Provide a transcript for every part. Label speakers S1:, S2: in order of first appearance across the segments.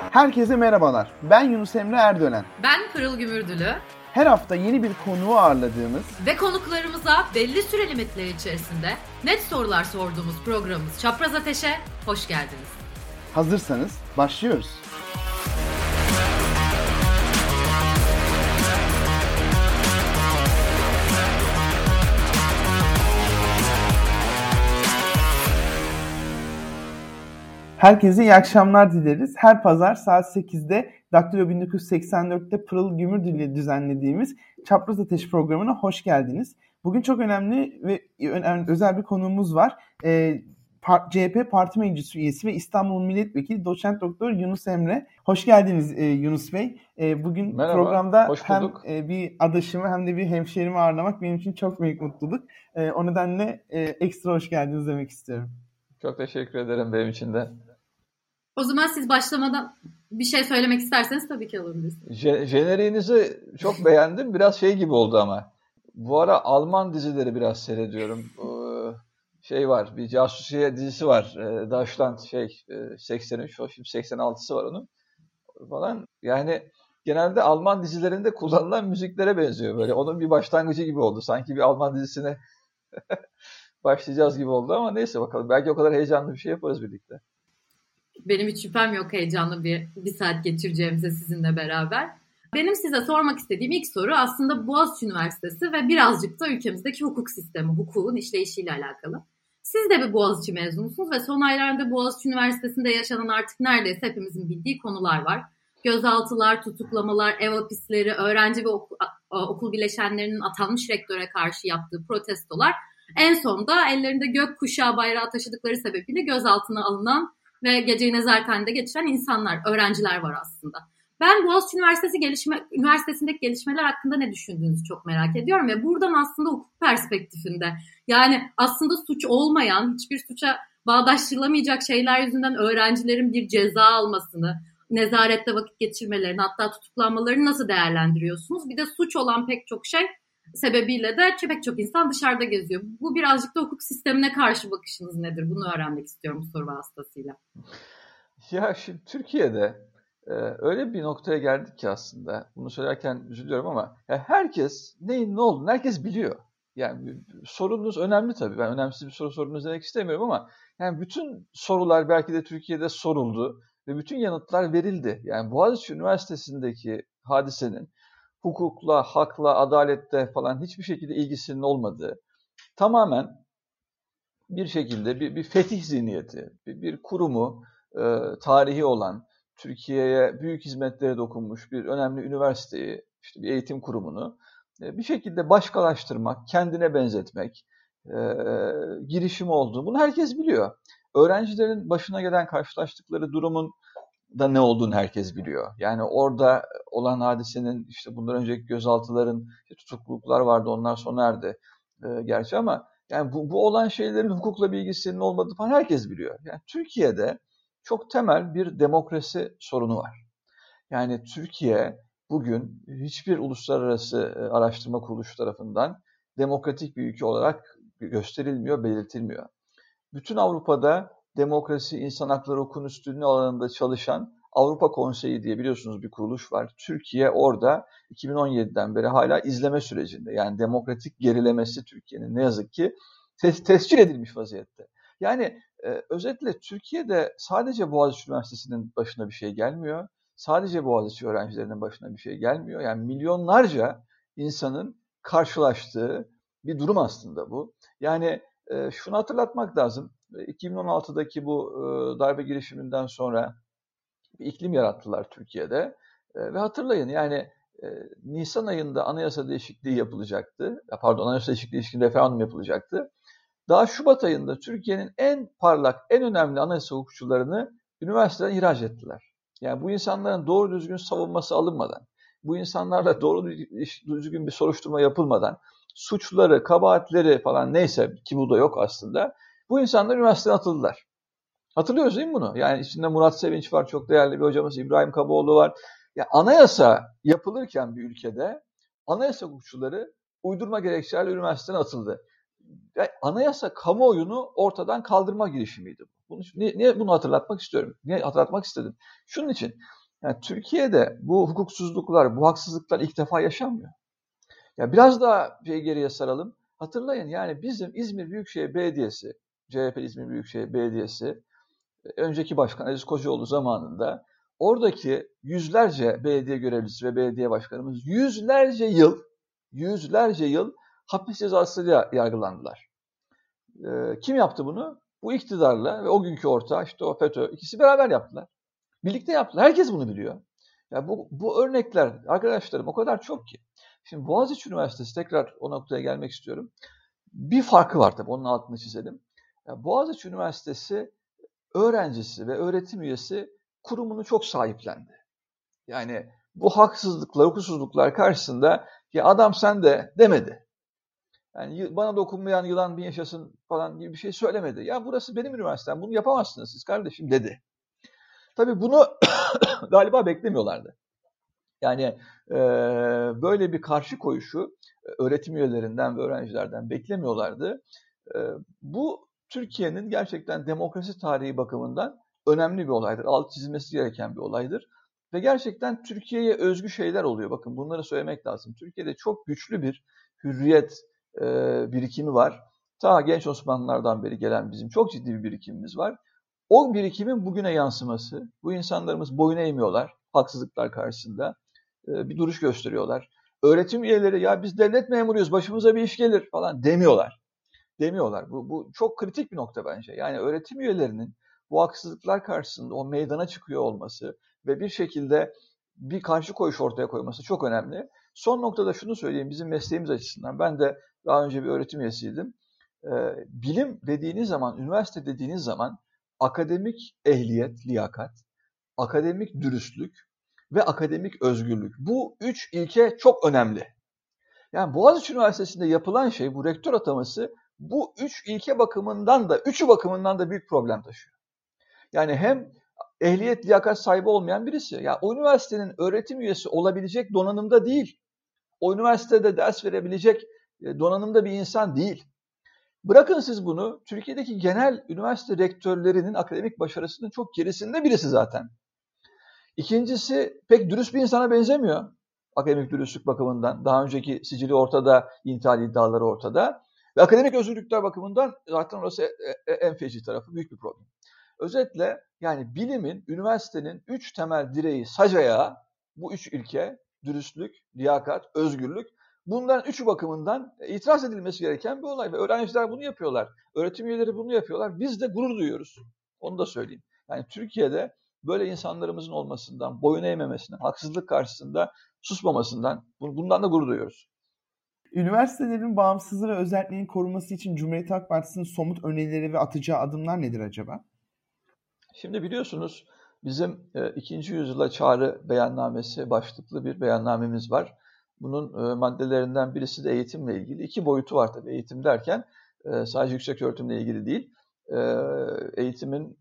S1: Herkese merhabalar. Ben Yunus Emre Erdönen.
S2: Ben Pırıl Gümürdülü.
S1: Her hafta yeni bir konuğu ağırladığımız
S2: ve konuklarımıza belli süre limitleri içerisinde net sorular sorduğumuz programımız Çapraz Ateş'e hoş geldiniz.
S1: Hazırsanız başlıyoruz. Herkese iyi akşamlar dileriz. Her pazar saat 8'de Daktilo 1984'te Pırıl Gümürdülü ile düzenlediğimiz Çapraz Ateş programına hoş geldiniz. Bugün çok önemli ve özel bir konuğumuz var. CHP Parti Meclis Üyesi ve İstanbul Milletvekili Doçent Doktor Yunus Emre. Hoş geldiniz Yunus Bey. Bugün
S3: merhaba,
S1: programda hem bir adaşımı hem de bir hemşehrimi ağırlamak benim için çok büyük mutluluk. O nedenle ekstra hoş geldiniz demek istiyorum.
S3: Çok teşekkür ederim benim için de.
S2: O zaman siz başlamadan bir şey söylemek isterseniz tabii ki alabilirsiniz.
S3: Jeneriğinizi çok beğendim. Biraz şey gibi oldu ama. Bu ara Alman dizileri biraz seyrediyorum. Şey var, bir casusiye dizisi var. Deutschland 83, o şimdi 86'sı var onun falan. Yani genelde Alman dizilerinde kullanılan müziklere benziyor böyle. Onun bir başlangıcı gibi oldu. Sanki bir Alman dizisine başlayacağız gibi oldu ama neyse bakalım. Belki o kadar heyecanlı bir şey yaparız birlikte.
S2: Benim hiç şüphem yok heyecanlı bir saat geçireceğimize sizinle beraber. Benim size sormak istediğim ilk soru aslında Boğaziçi Üniversitesi ve birazcık da ülkemizdeki hukuk sistemi, hukukun işleyişiyle alakalı. Siz de bir Boğaziçi mezunusunuz ve son aylarda Boğaziçi Üniversitesi'nde yaşanan artık neredeyse hepimizin bildiği konular var. Gözaltılar, tutuklamalar, ev hapisleri, öğrenci ve okul bileşenlerinin atanmış rektöre karşı yaptığı protestolar. En sonunda ellerinde gökkuşağı bayrağı taşıdıkları sebebiyle gözaltına alınan ve geceyi nezarethanede geçiren insanlar, öğrenciler var aslında. Ben Boğaziçi Üniversitesi'ndeki gelişmeler hakkında ne düşündüğünüzü çok merak ediyorum ve buradan aslında hukuk perspektifinde yani aslında suç olmayan, hiçbir suça bağdaştırılamayacak şeyler yüzünden öğrencilerin bir ceza almasını, nezarette vakit geçirmelerini, hatta tutuklanmalarını nasıl değerlendiriyorsunuz? Bir de suç olan pek çok şey sebebiyle de pek çok insan dışarıda geziyor. Bu birazcık da hukuk sistemine karşı bakışınız nedir? Bunu öğrenmek istiyorum bu soru vasıtasıyla.
S3: Ya şimdi Türkiye'de öyle bir noktaya geldik ki aslında, bunu söylerken üzülüyorum ama herkes neyin ne olduğunu herkes biliyor. Yani sorunuz önemli tabii. Ben önemsiz bir soru sorduğunuzu demek istemiyorum ama yani bütün sorular belki de Türkiye'de soruldu ve bütün yanıtlar verildi. Yani Boğaziçi Üniversitesi'ndeki hadisenin hukukla, hakla, adalette falan hiçbir şekilde ilgisinin olmadığı, tamamen bir şekilde bir fetih zihniyeti, bir kurumu, tarihi olan, Türkiye'ye büyük hizmetlere dokunmuş bir önemli üniversiteyi, işte bir eğitim kurumunu bir şekilde başkalaştırmak, kendine benzetmek, girişim olduğu, bunu herkes biliyor. Öğrencilerin başına gelen karşılaştıkları durumun da ne olduğunu herkes biliyor. Yani orada olan hadisenin, işte bundan önceki gözaltıların, tutukluluklar vardı, onlar sona erdi gerçi ama yani bu olan şeylerin hukukla bir ilgisinin olmadığı falan herkes biliyor. Yani Türkiye'de çok temel bir demokrasi sorunu var. Yani Türkiye bugün hiçbir uluslararası araştırma kuruluşu tarafından demokratik bir ülke olarak gösterilmiyor, belirtilmiyor. Bütün Avrupa'da demokrasi, insan hakları, hukukun üstünlüğü alanında çalışan Avrupa Konseyi diye biliyorsunuz bir kuruluş var. Türkiye orada 2017'den beri hala izleme sürecinde. Yani demokratik gerilemesi Türkiye'nin ne yazık ki tescil edilmiş vaziyette. Yani özetle Türkiye'de sadece Boğaziçi Üniversitesi'nin başına bir şey gelmiyor. Sadece Boğaziçi öğrencilerinin başına bir şey gelmiyor. Yani milyonlarca insanın karşılaştığı bir durum aslında bu. Yani şunu hatırlatmak lazım. 2016'daki bu darbe girişiminden sonra bir iklim yarattılar Türkiye'de. Ve hatırlayın yani Nisan ayında anayasa değişikliği yapılacaktı. Anayasa değişikliği ilişkin referandum yapılacaktı. Daha Şubat ayında Türkiye'nin en parlak, en önemli anayasa hukukçularını üniversiteden ihraç ettiler. Yani bu insanların doğru düzgün savunması alınmadan, bu insanlarla doğru düzgün bir soruşturma yapılmadan, suçları, kabahatleri falan neyse ki bu da yok aslında, bu insanlar üniversiteden atıldılar. Hatırlıyoruz değil mi bunu? Yani içinde Murat Sevinç var, çok değerli bir hocamız, İbrahim Kaboğlu var. Ya anayasa yapılırken bir ülkede anayasa hukukçuları uydurma gerekçelerle üniversiteden atıldı. Anayasa kamuoyunu ortadan kaldırma girişimiydi. Niye bunu hatırlatmak istiyorum? Niye hatırlatmak istedim? Şunun için, Yani Türkiye'de bu hukuksuzluklar, bu haksızlıklar ilk defa yaşanmıyor. Ya biraz daha geriye saralım. Hatırlayın yani bizim İzmir Büyükşehir Belediyesi, CHP İzmir Büyükşehir Belediyesi, önceki başkan Aziz Kocaoğlu zamanında oradaki yüzlerce belediye görevlisi ve belediye başkanımız yüzlerce yıl hapis cezasıyla yargılandılar. Kim yaptı bunu? Bu iktidarla ve o günkü ortağı işte o FETÖ ikisi beraber yaptılar. Birlikte yaptılar. Herkes bunu biliyor. Ya bu örnekler arkadaşlarım o kadar çok ki. Şimdi Boğaziçi Üniversitesi tekrar o noktaya gelmek istiyorum. Bir farkı var tabii onun altını çizelim. Ya Boğaziçi Üniversitesi öğrencisi ve öğretim üyesi kurumunu çok sahiplendi. Yani bu haksızlıklar, hukuksuzluklar karşısında ya adam sen de demedi. Yani bana dokunmayan yılan bin yaşasın falan gibi bir şey söylemedi. Ya burası benim üniversitem, bunu yapamazsınız siz kardeşim dedi. Tabii bunu galiba beklemiyorlardı. Yani böyle bir karşı koyuşu öğretim üyelerinden ve öğrencilerden beklemiyorlardı. Bu Türkiye'nin gerçekten demokrasi tarihi bakımından önemli bir olaydır. Alt çizilmesi gereken bir olaydır. Ve gerçekten Türkiye'ye özgü şeyler oluyor. Bakın bunları söylemek lazım. Türkiye'de çok güçlü bir hürriyet birikimi var. Ta genç Osmanlılardan beri gelen bizim çok ciddi bir birikimimiz var. O birikimin bugüne yansıması, bu insanlarımız boyun eğmiyorlar haksızlıklar karşısında. Bir duruş gösteriyorlar. Öğretim üyeleri ya biz devlet memuruyuz başımıza bir iş gelir falan demiyorlar. Bu çok kritik bir nokta bence. Yani öğretim üyelerinin bu haksızlıklar karşısında o meydana çıkıyor olması ve bir şekilde bir karşı koyuş ortaya koyması çok önemli. Son noktada şunu söyleyeyim bizim mesleğimiz açısından. Ben de daha önce bir öğretim üyesiydim. Bilim dediğiniz zaman, üniversite dediğiniz zaman akademik ehliyet, liyakat, akademik dürüstlük ve akademik özgürlük. Bu üç ilke çok önemli. Yani Boğaziçi Üniversitesi'nde yapılan şey, bu rektör ataması bu üç ilke bakımından da, üçü bakımından da büyük problem taşıyor. Yani hem ehliyet, liyakat sahibi olmayan birisi, ya o üniversitenin öğretim üyesi olabilecek donanımda değil, o üniversitede ders verebilecek donanımda bir insan değil. Bırakın siz bunu, Türkiye'deki genel üniversite rektörlerinin akademik başarısının çok gerisinde birisi zaten. İkincisi pek dürüst bir insana benzemiyor akademik dürüstlük bakımından. Daha önceki sicili ortada, intihal iddiaları ortada. Ve akademik özgürlükler bakımından zaten orası en feci tarafı, büyük bir problem. Özetle yani bilimin, üniversitenin üç temel direği, sac ayağı, bu üç ilke, dürüstlük, liyakat, özgürlük. Bunların üçü bakımından itiraz edilmesi gereken bir olay. Ve öğrenciler bunu yapıyorlar. Öğretim üyeleri bunu yapıyorlar. Biz de gurur duyuyoruz. Onu da söyleyeyim. Yani Türkiye'de böyle insanlarımızın olmasından, boyun eğmemesinden, haksızlık karşısında susmamasından, bundan da gurur duyuyoruz.
S1: Üniversitelerin bağımsızlığı ve özelliğinin korunması için Cumhuriyet Halk Partisi'nin somut önerileri ve atacağı adımlar nedir acaba?
S3: Şimdi biliyorsunuz bizim 2. yüzyıla çağrı beyannamesi başlıklı bir beyannamemiz var. Bunun maddelerinden birisi de eğitimle ilgili. İki boyutu var tabii eğitim derken sadece yüksek öğretimle ilgili değil. Eğitimin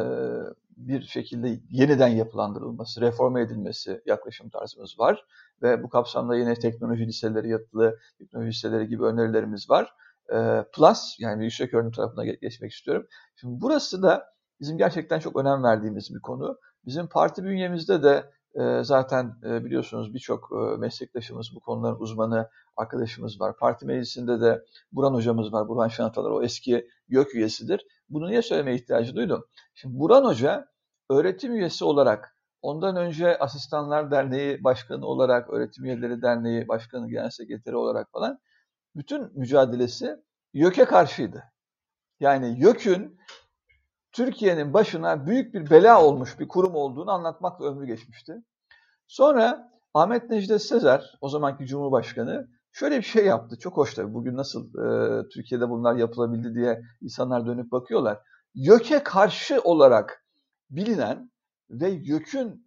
S3: bir şekilde yeniden yapılandırılması, reforme edilmesi yaklaşım tarzımız var. Ve bu kapsamda yine teknoloji liseleri, yatılı teknoloji liseleri gibi önerilerimiz var. Plus yani yüksek öğretim tarafına geçmek istiyorum. Şimdi burası da bizim gerçekten çok önem verdiğimiz bir konu. Bizim parti bünyemizde de zaten biliyorsunuz birçok meslektaşımız, bu konuların uzmanı arkadaşımız var. Parti meclisinde de Burhan hocamız var. Burhan Şanatalar o eski YÖK üyesidir. Bunu niye söylemeye ihtiyacı duydum? Şimdi Burhan Hoca öğretim üyesi olarak, ondan önce Asistanlar Derneği Başkanı olarak, Öğretim Üyeleri Derneği Başkanı, Genel Sekreteri olarak falan bütün mücadelesi YÖK'e karşıydı. Yani YÖK'ün Türkiye'nin başına büyük bir bela olmuş bir kurum olduğunu anlatmakla ömrü geçmişti. Sonra Ahmet Necdet Sezer, o zamanki Cumhurbaşkanı, şöyle bir şey yaptı. Çok hoş tabii. Bugün nasıl Türkiye'de bunlar yapılabildi diye insanlar dönüp bakıyorlar. YÖK'e karşı olarak bilinen ve YÖK'ün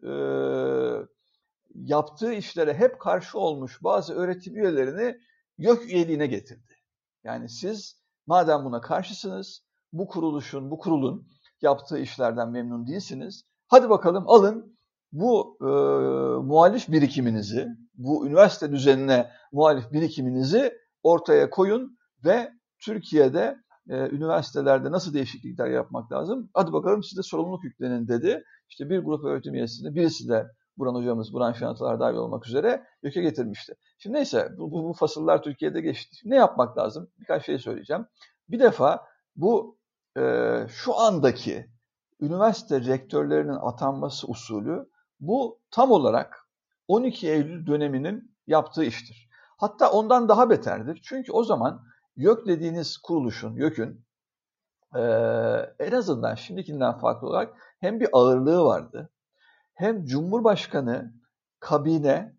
S3: yaptığı işlere hep karşı olmuş bazı öğretim üyelerini YÖK üyeliğine getirdi. Yani siz madem buna karşısınız, bu kurulun yaptığı işlerden memnun değilsiniz. Hadi bakalım alın bu muhalif birikiminizi, bu üniversite düzenine muhalif birikiminizi ortaya koyun ve Türkiye'de üniversitelerde nasıl değişiklikler yapmak lazım? Hadi bakalım size sorumluluk yüklenin dedi. İşte bir grup öğretim üyesini, birisi de Burhan hocamız, Burhan Şenatalar dahil olmak üzere YÖK'e getirmişti. Şimdi neyse bu fasıllar Türkiye'de geçti. Şimdi ne yapmak lazım? Birkaç şey söyleyeceğim. Bir defa bu şu andaki üniversite rektörlerinin atanması usulü bu tam olarak 12 Eylül döneminin yaptığı iştir. Hatta ondan daha beterdir. Çünkü o zaman YÖK dediğiniz kuruluşun, YÖK'ün en azından şimdikinden farklı olarak hem bir ağırlığı vardı, hem Cumhurbaşkanı kabine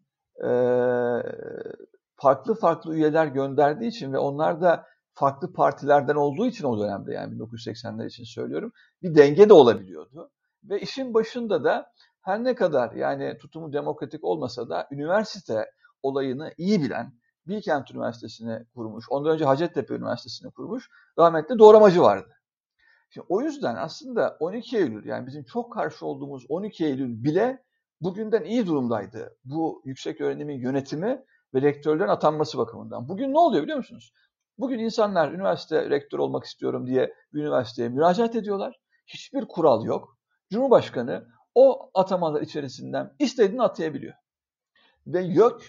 S3: farklı farklı üyeler gönderdiği için ve onlar da farklı partilerden olduğu için o dönemde, yani 1980'ler için söylüyorum, bir denge de olabiliyordu. Ve işin başında da her ne kadar yani tutumu demokratik olmasa da üniversite olayını iyi bilen, Bilkent Üniversitesi'ni kurmuş, ondan önce Hacettepe Üniversitesi'ni kurmuş rahmetli Doğramacı vardı. Şimdi o yüzden aslında 12 Eylül, yani bizim çok karşı olduğumuz 12 Eylül bile bugünden iyi durumdaydı. Bu yüksek öğrenimin yönetimi ve rektörlerin atanması bakımından. Bugün ne oluyor biliyor musunuz? Bugün insanlar üniversite rektörü olmak istiyorum diye bir üniversiteye müracaat ediyorlar. Hiçbir kural yok. Cumhurbaşkanı o atamalar içerisinden istediğini atayabiliyor. Ve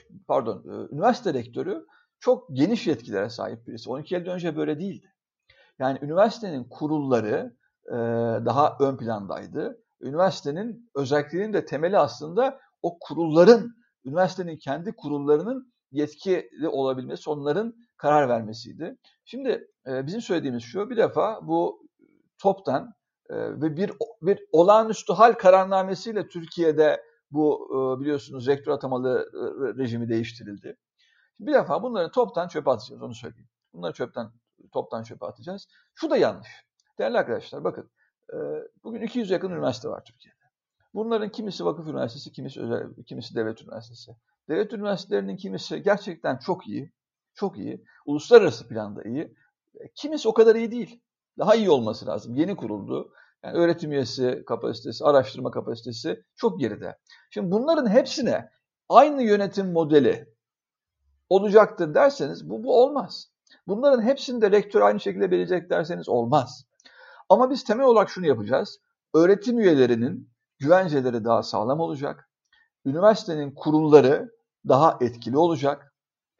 S3: üniversite rektörü çok geniş yetkilere sahip birisi. 12 Eylül'den önce böyle değildi. Yani üniversitenin kurulları daha ön plandaydı. Üniversitenin özelliklerinin de temeli aslında o kurulların, üniversitenin kendi kurullarının yetkili olabilmesi, onların karar vermesiydi. Şimdi bizim söylediğimiz şu, bir defa bu toptan ve bir olağanüstü hal kararnamesiyle Türkiye'de bu biliyorsunuz rektör atamalı rejimi değiştirildi. Bir defa bunları toptan çöpe atacağız, onu söyleyeyim. Bunları toptan çöpe atacağız. Şu da yanlış. Değerli arkadaşlar bakın, bugün 200 yakın üniversite var Türkiye'de. Bunların kimisi vakıf üniversitesi, kimisi devlet üniversitesi. Devlet üniversitelerinin kimisi gerçekten çok iyi, çok iyi. Uluslararası planda iyi. Kimisi o kadar iyi değil. Daha iyi olması lazım. Yeni kuruldu. Yani öğretim üyesi kapasitesi, araştırma kapasitesi çok geride. Şimdi bunların hepsine aynı yönetim modeli olacaktır derseniz bu olmaz. Bunların hepsini de rektör aynı şekilde verecek derseniz olmaz. Ama biz temel olarak şunu yapacağız. Öğretim üyelerinin güvenceleri daha sağlam olacak. Üniversitenin kurulları daha etkili olacak.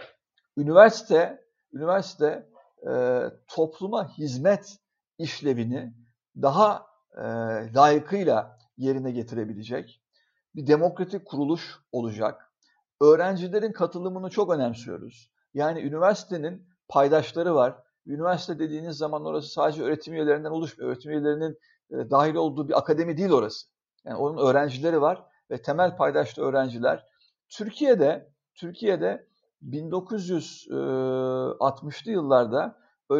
S3: Üniversite topluma hizmet işlevini daha layıkıyla yerine getirebilecek bir demokratik kuruluş olacak. Öğrencilerin katılımını çok önemsiyoruz. Yani üniversitenin paydaşları var. Üniversite dediğiniz zaman orası sadece öğretim üyelerinden oluşmuyor. Öğretim üyelerinin dahil olduğu bir akademi değil orası. Yani onun öğrencileri var ve temel paydaşlı öğrenciler. Türkiye'de 1960'lı yıllarda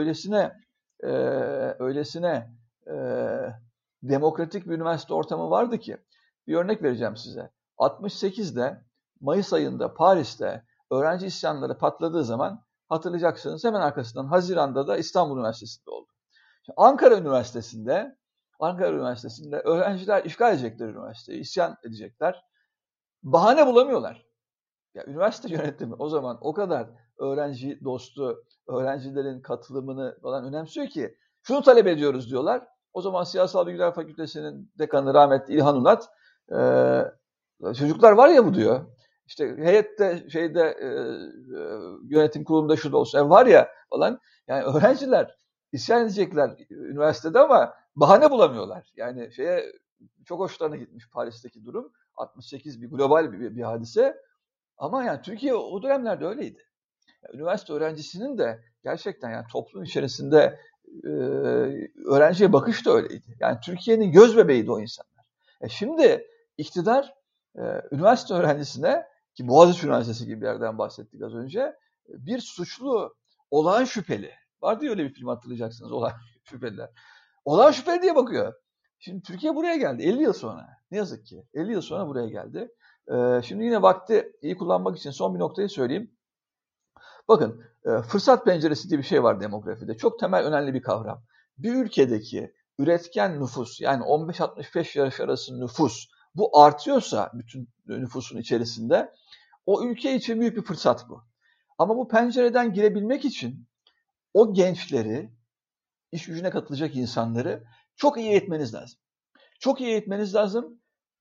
S3: öylesine demokratik bir üniversite ortamı vardı ki, bir örnek vereceğim size. 68'de Mayıs ayında Paris'te öğrenci isyanları patladığı zaman hatırlayacaksınız, hemen arkasından Haziran'da da İstanbul Üniversitesi'nde oldu. Şimdi Ankara Üniversitesi'nde öğrenciler işgal edecekler üniversiteyi, isyan edecekler. Bahane bulamıyorlar. Ya üniversite yönetimi o zaman o kadar öğrenci dostu, öğrencilerin katılımını falan önemsiyor ki şunu talep ediyoruz diyorlar. O zaman Siyasal Bilgiler Fakültesi'nin dekanı rahmetli İlhan Unat, çocuklar var ya bu diyor. İşte heyette yönetim kurulunda şu da olsun var ya falan. Yani öğrenciler isyan edecekler üniversitede ama bahane bulamıyorlar. Yani çok hoşlarına gitmiş Paris'teki durum. 68 bir global bir hadise. Ama yani Türkiye o dönemlerde öyleydi. Yani üniversite öğrencisinin de gerçekten yani toplum içerisinde öğrenciye bakış da öyleydi. Yani Türkiye'nin göz bebeğiydi o insanlar. Şimdi iktidar üniversite öğrencisine, ki Boğaziçi Üniversitesi gibi bir yerden bahsettik az önce, bir suçlu, olağan şüpheli. Vardı ya öyle bir film, hatırlayacaksınız, olağan şüpheliler. Olağan şüpheli diye bakıyor. Şimdi Türkiye buraya geldi 50 yıl sonra. Ne yazık ki 50 yıl sonra buraya geldi. Şimdi yine vakti iyi kullanmak için son bir noktayı söyleyeyim. Bakın, fırsat penceresi diye bir şey var demografide. Çok temel, önemli bir kavram. Bir ülkedeki üretken nüfus, yani 15-65 yaş arası nüfus, bu artıyorsa bütün nüfusun içerisinde, o ülke için büyük bir fırsat bu. Ama bu pencereden girebilmek için o gençleri, iş gücüne katılacak insanları çok iyi eğitmeniz lazım. Çok iyi eğitmeniz lazım.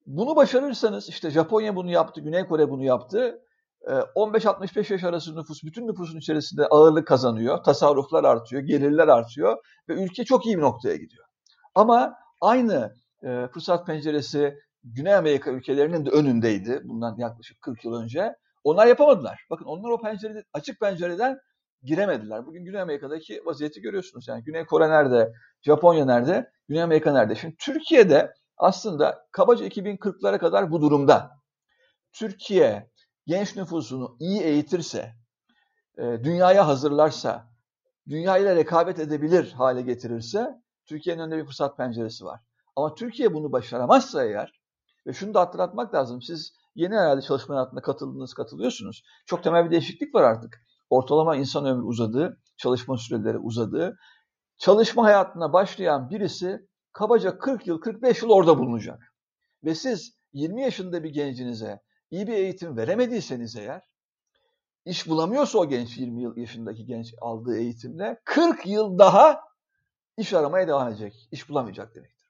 S3: Bunu başarırsanız, işte Japonya bunu yaptı, Güney Kore bunu yaptı. 15-65 yaş arası nüfus bütün nüfusun içerisinde ağırlık kazanıyor, tasarruflar artıyor, gelirler artıyor ve ülke çok iyi bir noktaya gidiyor. Ama aynı fırsat penceresi Güney Amerika ülkelerinin de önündeydi bundan yaklaşık 40 yıl önce. Onlar yapamadılar. Bakın onlar o açık pencereden giremediler. Bugün Güney Amerika'daki vaziyeti görüyorsunuz. Yani Güney Kore nerede, Japonya nerede, Güney Amerika nerede? Şimdi Türkiye'de aslında kabaca 2040'lara kadar bu durumda. Türkiye genç nüfusunu iyi eğitirse, dünyaya hazırlarsa, dünyayla rekabet edebilir hale getirirse Türkiye'nin önünde bir fırsat penceresi var. Ama Türkiye bunu başaramazsa eğer, ve şunu da hatırlatmak lazım, siz yeni herhalde çalışma hayatına katılıyorsunuz. Çok temel bir değişiklik var artık. Ortalama insan ömrü uzadı, çalışma süreleri uzadı. Çalışma hayatına başlayan birisi kabaca 40 yıl, 45 yıl orada bulunacak. Ve siz 20 yaşında bir gencinize iyi bir eğitim veremediyseniz eğer, iş bulamıyorsa o genç 20 yaşındaki genç aldığı eğitimle 40 yıl daha iş aramaya devam edecek. İş bulamayacak demektir.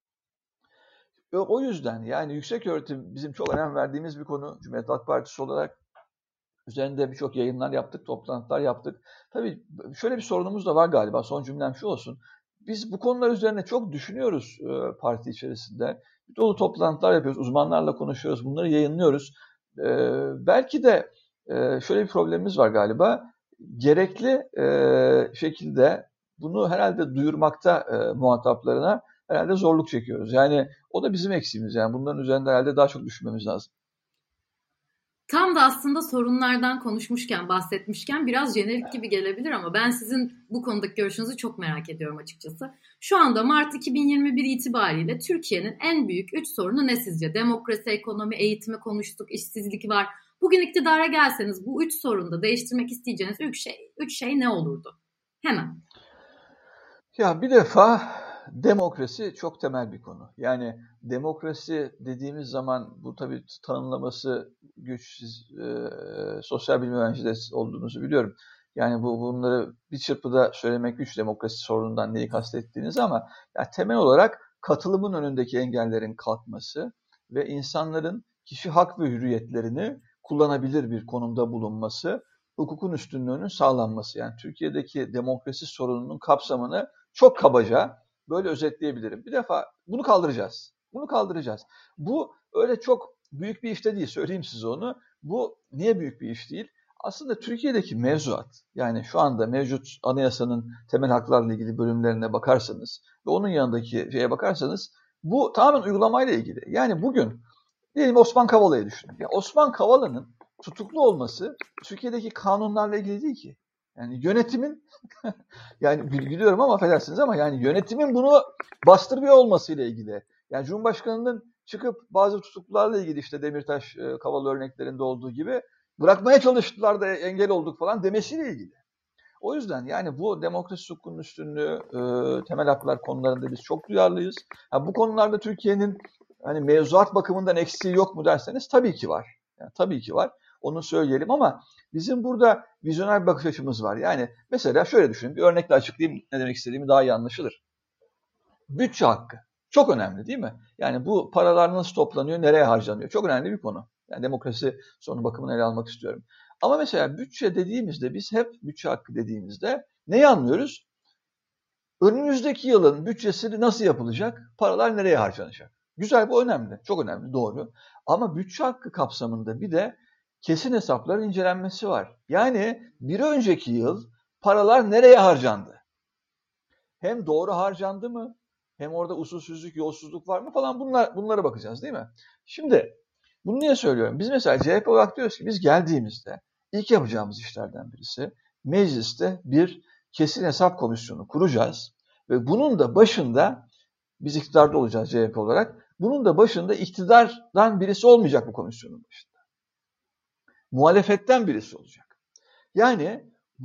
S3: O yüzden yani yüksek öğretim bizim çok önem verdiğimiz bir konu. Cumhuriyet Halk Partisi olarak üzerinde birçok yayınlar yaptık, toplantılar yaptık. Tabii şöyle bir sorunumuz da var galiba. Son cümlem şu olsun. Biz bu konular üzerine çok düşünüyoruz parti içerisinde. Bir dolu toplantılar yapıyoruz, uzmanlarla konuşuyoruz, bunları yayınlıyoruz. Belki de şöyle bir problemimiz var galiba. Gerekli şekilde bunu herhalde duyurmakta muhataplarına herhalde zorluk çekiyoruz. Yani o da bizim eksiğimiz. Yani bunların üzerinde herhalde daha çok düşünmemiz lazım.
S2: Tam da aslında sorunlardan konuşmuşken, bahsetmişken biraz jenerik gibi gelebilir ama ben sizin bu konudaki görüşünüzü çok merak ediyorum açıkçası. Şu anda Mart 2021 itibariyle Türkiye'nin en büyük 3 sorunu ne sizce? Demokrasi, ekonomi, eğitimi konuştuk, işsizlik var. Bugün iktidara gelseniz bu 3 sorunda değiştirmek isteyeceğiniz 3 şey ne olurdu? Hemen.
S3: Ya bir defa demokrasi çok temel bir konu. Yani demokrasi dediğimiz zaman bu tabii tanımlaması güç, siz sosyal bilim öğrencisi olduğunuzu biliyorum. Yani bunları bir çırpıda söylemek güç, demokrasi sorunundan neyi kastettiğiniz, ama ya temel olarak katılımın önündeki engellerin kalkması ve insanların kişi hak ve hürriyetlerini kullanabilir bir konumda bulunması, hukukun üstünlüğünün sağlanması. Yani Türkiye'deki demokrasi sorununun kapsamını çok kabaca böyle özetleyebilirim. Bir defa bunu kaldıracağız. Bunu kaldıracağız. Bu öyle çok büyük bir iş de değil, söyleyeyim size onu. Bu niye büyük bir iş değil? Aslında Türkiye'deki mevzuat, yani şu anda mevcut anayasanın temel haklarla ilgili bölümlerine bakarsanız ve onun yanındaki şeye bakarsanız bu tamamen uygulamayla ilgili. Yani bugün diyelim Osman Kavala'yı düşünün. Ya Osman Kavala'nın tutuklu olması Türkiye'deki kanunlarla ilgili değil ki. Yani yönetimin yani biliyorum ama affedersiniz ama yani yönetimin bunu bastırmıyor olmasıyla ilgili. Yani Cumhurbaşkanı'nın çıkıp bazı tutuklularla ilgili işte Demirtaş, Kavala örneklerinde olduğu gibi bırakmaya çalıştılar da engel olduk falan demesiyle ilgili. O yüzden yani bu demokrasi hukukunun üstünlüğü, temel haklar konularında biz çok duyarlıyız. Yani bu konularda Türkiye'nin hani mevzuat bakımından eksiği yok mu derseniz tabii ki var. Yani tabii ki var. Onu söyleyelim ama bizim burada vizyoner bir bakış açımız var. Yani mesela şöyle düşünün, bir örnekle açıklayayım ne demek istediğimi daha iyi anlaşılır. Bütçe hakkı. Çok önemli değil mi? Yani bu paralar nasıl toplanıyor, nereye harcanıyor? Çok önemli bir konu. Yani demokrasi sorunu bakımından ele almak istiyorum. Ama mesela bütçe dediğimizde, biz hep bütçe hakkı dediğimizde neyi anlıyoruz? Önümüzdeki yılın bütçesi nasıl yapılacak? Paralar nereye harcanacak? Güzel, bu önemli. Çok önemli, doğru. Ama bütçe hakkı kapsamında bir de kesin hesapların incelenmesi var. Yani bir önceki yıl paralar nereye harcandı? Hem doğru harcandı mı? Hem orada usulsüzlük, yolsuzluk var mı falan, bunlara bakacağız değil mi? Şimdi bunu niye söylüyorum? Biz mesela CHP olarak diyoruz ki biz geldiğimizde ilk yapacağımız işlerden birisi mecliste bir kesin hesap komisyonu kuracağız. Ve bunun da başında, biz iktidarda olacağız CHP olarak, bunun da başında iktidardan birisi olmayacak bu komisyonun başında. Muhalefetten birisi olacak. Yani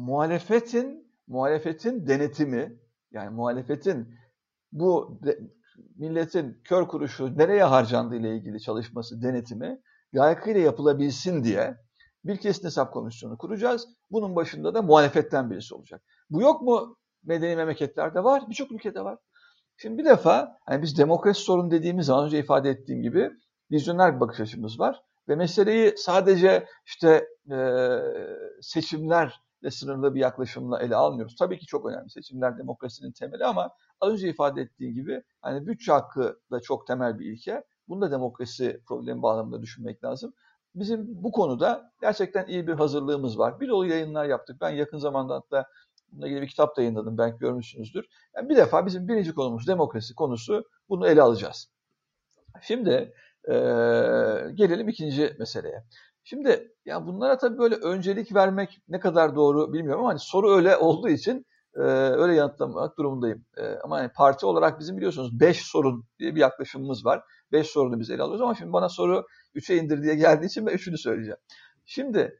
S3: muhalefetin denetimi, yani muhalefetin bu milletin kör kuruşu nereye harcandığı ile ilgili çalışması, denetimi layıkıyla yapılabilsin diye bir kesin hesap komisyonu kuracağız. Bunun başında da muhalefetten birisi olacak. Bu yok mu medeni memleketlerde? Var. Birçok ülkede var. Şimdi bir defa yani biz demokrasi sorunu dediğimiz zaman önce ifade ettiğim gibi vizyoner bir bakış açımız var. Ve meseleyi sadece işte seçimlerle sınırlı bir yaklaşımla ele almıyoruz. Tabii ki çok önemli. Seçimler demokrasinin temeli ama az önce ifade ettiğim gibi hani bütçe hakkı da çok temel bir ilke. Bunu da demokrasi problemi bağlamında düşünmek lazım. Bizim bu konuda gerçekten iyi bir hazırlığımız var. Bir dolu yayınlar yaptık. Ben yakın zamanda hatta bununla ilgili bir kitap da yayınladım. Belki görmüşsünüzdür. Yani bir defa bizim birinci konumuz demokrasi konusu. Bunu ele alacağız. Şimdi gelelim ikinci meseleye. Şimdi ya bunlara tabii böyle öncelik vermek ne kadar doğru bilmiyorum ama hani soru öyle olduğu için öyle yanıtlamak durumundayım. Ama hani parti olarak bizim biliyorsunuz 5 sorun diye bir yaklaşımımız var. 5 sorunu biz ele alıyoruz ama şimdi bana soru 3'e indir diye geldiği için ben 3'ünü söyleyeceğim. Şimdi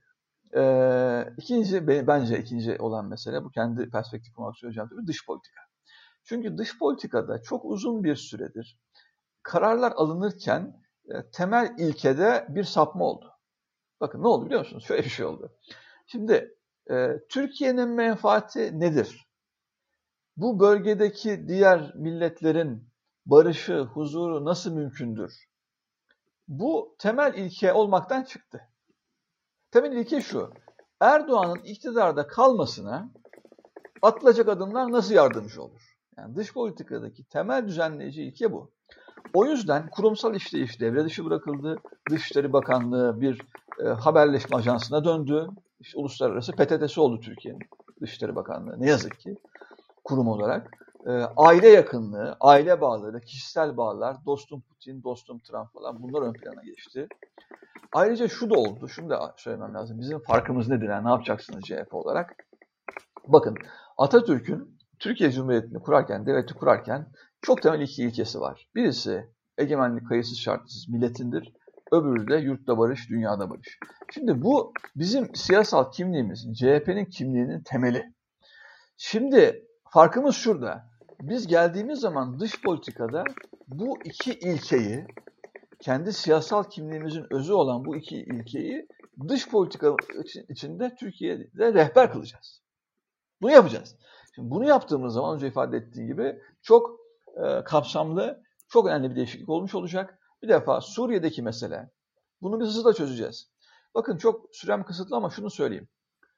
S3: bence ikinci olan mesele, bu kendi perspektifim olarak söyleyeceğim tabii, dış politika. Çünkü dış politikada çok uzun bir süredir kararlar alınırken temel ilkede bir sapma oldu. Bakın ne oldu biliyor musunuz? Şöyle bir şey oldu. Şimdi Türkiye'nin menfaati nedir? Bu bölgedeki diğer milletlerin barışı, huzuru nasıl mümkündür? Bu temel ilke olmaktan çıktı. Temel ilke şu: Erdoğan'ın iktidarda kalmasına atılacak adımlar nasıl yardımcı olur? Yani dış politikadaki temel düzenleyici ilke bu. O yüzden kurumsal işleyiş devre dışı bırakıldı. Dışişleri Bakanlığı bir haberleşme ajansına döndü. İşte uluslararası PTT'si oldu Türkiye'nin Dışişleri Bakanlığı. Ne yazık ki kurum olarak. Aile yakınlığı, aile bağları, kişisel bağlar, dostum Putin, dostum Trump falan, bunlar ön plana geçti. Ayrıca şu da oldu, şunu da söylemem lazım. Bizim farkımız nedir? Yani ne yapacaksınız CHP olarak? Bakın, Atatürk'ün Türkiye Cumhuriyeti'ni kurarken, devleti kurarken çok temel iki ilkesi var. Birisi egemenlik kayıtsız şartsız milletindir. Öbürü de yurtta barış, dünyada barış. Şimdi bu bizim siyasal kimliğimizin, CHP'nin kimliğinin temeli. Şimdi farkımız şurada. Biz geldiğimiz zaman dış politikada bu iki ilkeyi, kendi siyasal kimliğimizin özü olan bu iki ilkeyi dış politika içinde Türkiye'de rehber kılacağız. Bunu yapacağız. Şimdi bunu yaptığımız zaman önce ifade ettiğim gibi çok kapsamlı, çok önemli bir değişiklik olmuş olacak. Bir defa Suriye'deki mesele. Bunu biz hızla çözeceğiz. Bakın çok sürem kısıtlı ama şunu söyleyeyim.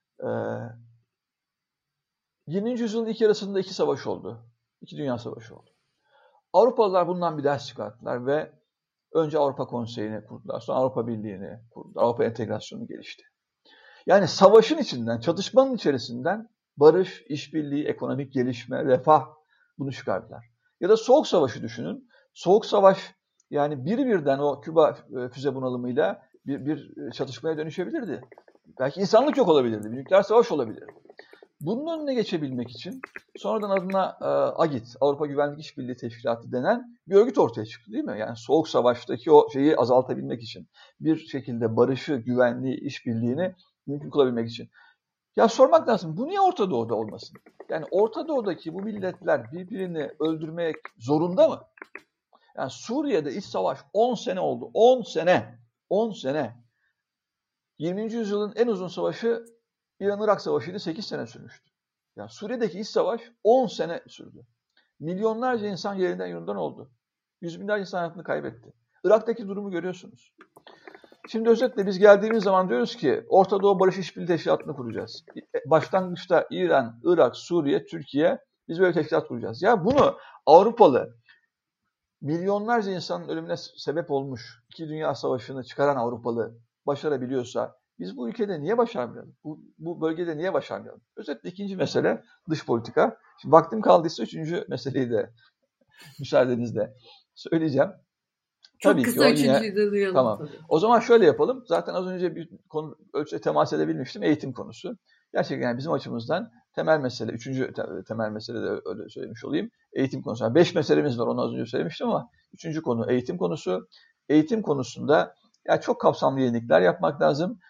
S3: 20. yüzyılın ilk yarısında iki savaş oldu. İki dünya savaşı oldu. Avrupalılar bundan bir ders çıkarttılar ve önce Avrupa Konseyi'ni kurdular. Sonra Avrupa Birliği'ni kurdular. Avrupa entegrasyonu gelişti. Yani savaşın içinden, çatışmanın içerisinden barış, işbirliği, ekonomik gelişme, refah, bunu çıkardılar. Ya da Soğuk Savaş'ı düşünün. Soğuk Savaş yani birden o Küba füze bunalımıyla bir çatışmaya dönüşebilirdi. Belki insanlık yok olabilirdi. Bir nükleer savaş olabilirdi. Bunun önüne geçebilmek için sonradan adına AGİT, Avrupa Güvenlik İşbirliği Teşkilatı denen bir örgüt ortaya çıktı, değil mi? Yani Soğuk Savaş'taki o şeyi azaltabilmek için, bir şekilde barışı, güvenliği, işbirliğini mümkün kılabilmek için. Ya sormak lazım, bu niye Orta Doğu'da olmasın? Yani Orta Doğu'daki bu milletler birbirini öldürmek zorunda mı? Yani Suriye'de iç savaş 10 sene oldu. 10 sene. 10 sene. 20. yüzyılın en uzun savaşı İran-Irak Savaşı'ydı, 8 sene sürmüştü. Yani Suriye'deki iç savaş 10 sene sürdü. Milyonlarca insan yerinden yurundan oldu. Yüz binlerce insan hayatını kaybetti. Irak'taki durumu görüyorsunuz. Şimdi özetle biz geldiğimiz zaman diyoruz ki Orta Doğu Barış İşbirliği Teşkilatı'nı kuracağız. Başlangıçta İran, Irak, Suriye, Türkiye, biz böyle teşkilat kuracağız. Ya bunu Avrupalı milyonlarca insanın ölümüne sebep olmuş, iki dünya savaşını çıkaran Avrupalı başarabiliyorsa biz bu ülkede niye başarmayalım? Bu bölgede niye başarmayalım? Özetle ikinci mesele dış politika. Şimdi vaktim kaldıysa üçüncü meseleyi de müsaadenizle söyleyeceğim.
S2: Çok
S3: tabii
S2: kısa
S3: ki
S2: üçüncüyü de duyalım.
S3: Tamam.
S2: Tabii.
S3: O zaman şöyle yapalım. Zaten az önce bir konu ölçüde temas edebilmiştim. Eğitim konusu. Gerçekten yani bizim açımızdan temel mesele, üçüncü temel mesele de öyle söylemiş olayım. Eğitim konusu. Yani 5 meselemiz var, onu az önce söylemiştim ama üçüncü konu eğitim konusu. Eğitim konusunda yani çok kapsamlı yenilikler yapmak lazım.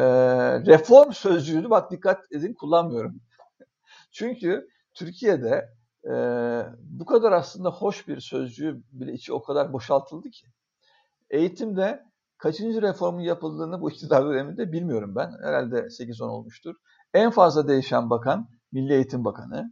S3: Reform sözcüğünü bak dikkat edin kullanmıyorum. Çünkü Türkiye'de bu kadar aslında hoş bir sözcüğü bile içi o kadar boşaltıldı ki. Eğitimde kaçıncı reformun yapıldığını bu iktidar döneminde bilmiyorum ben. Herhalde 8-10 olmuştur. En fazla değişen bakan Milli Eğitim Bakanı.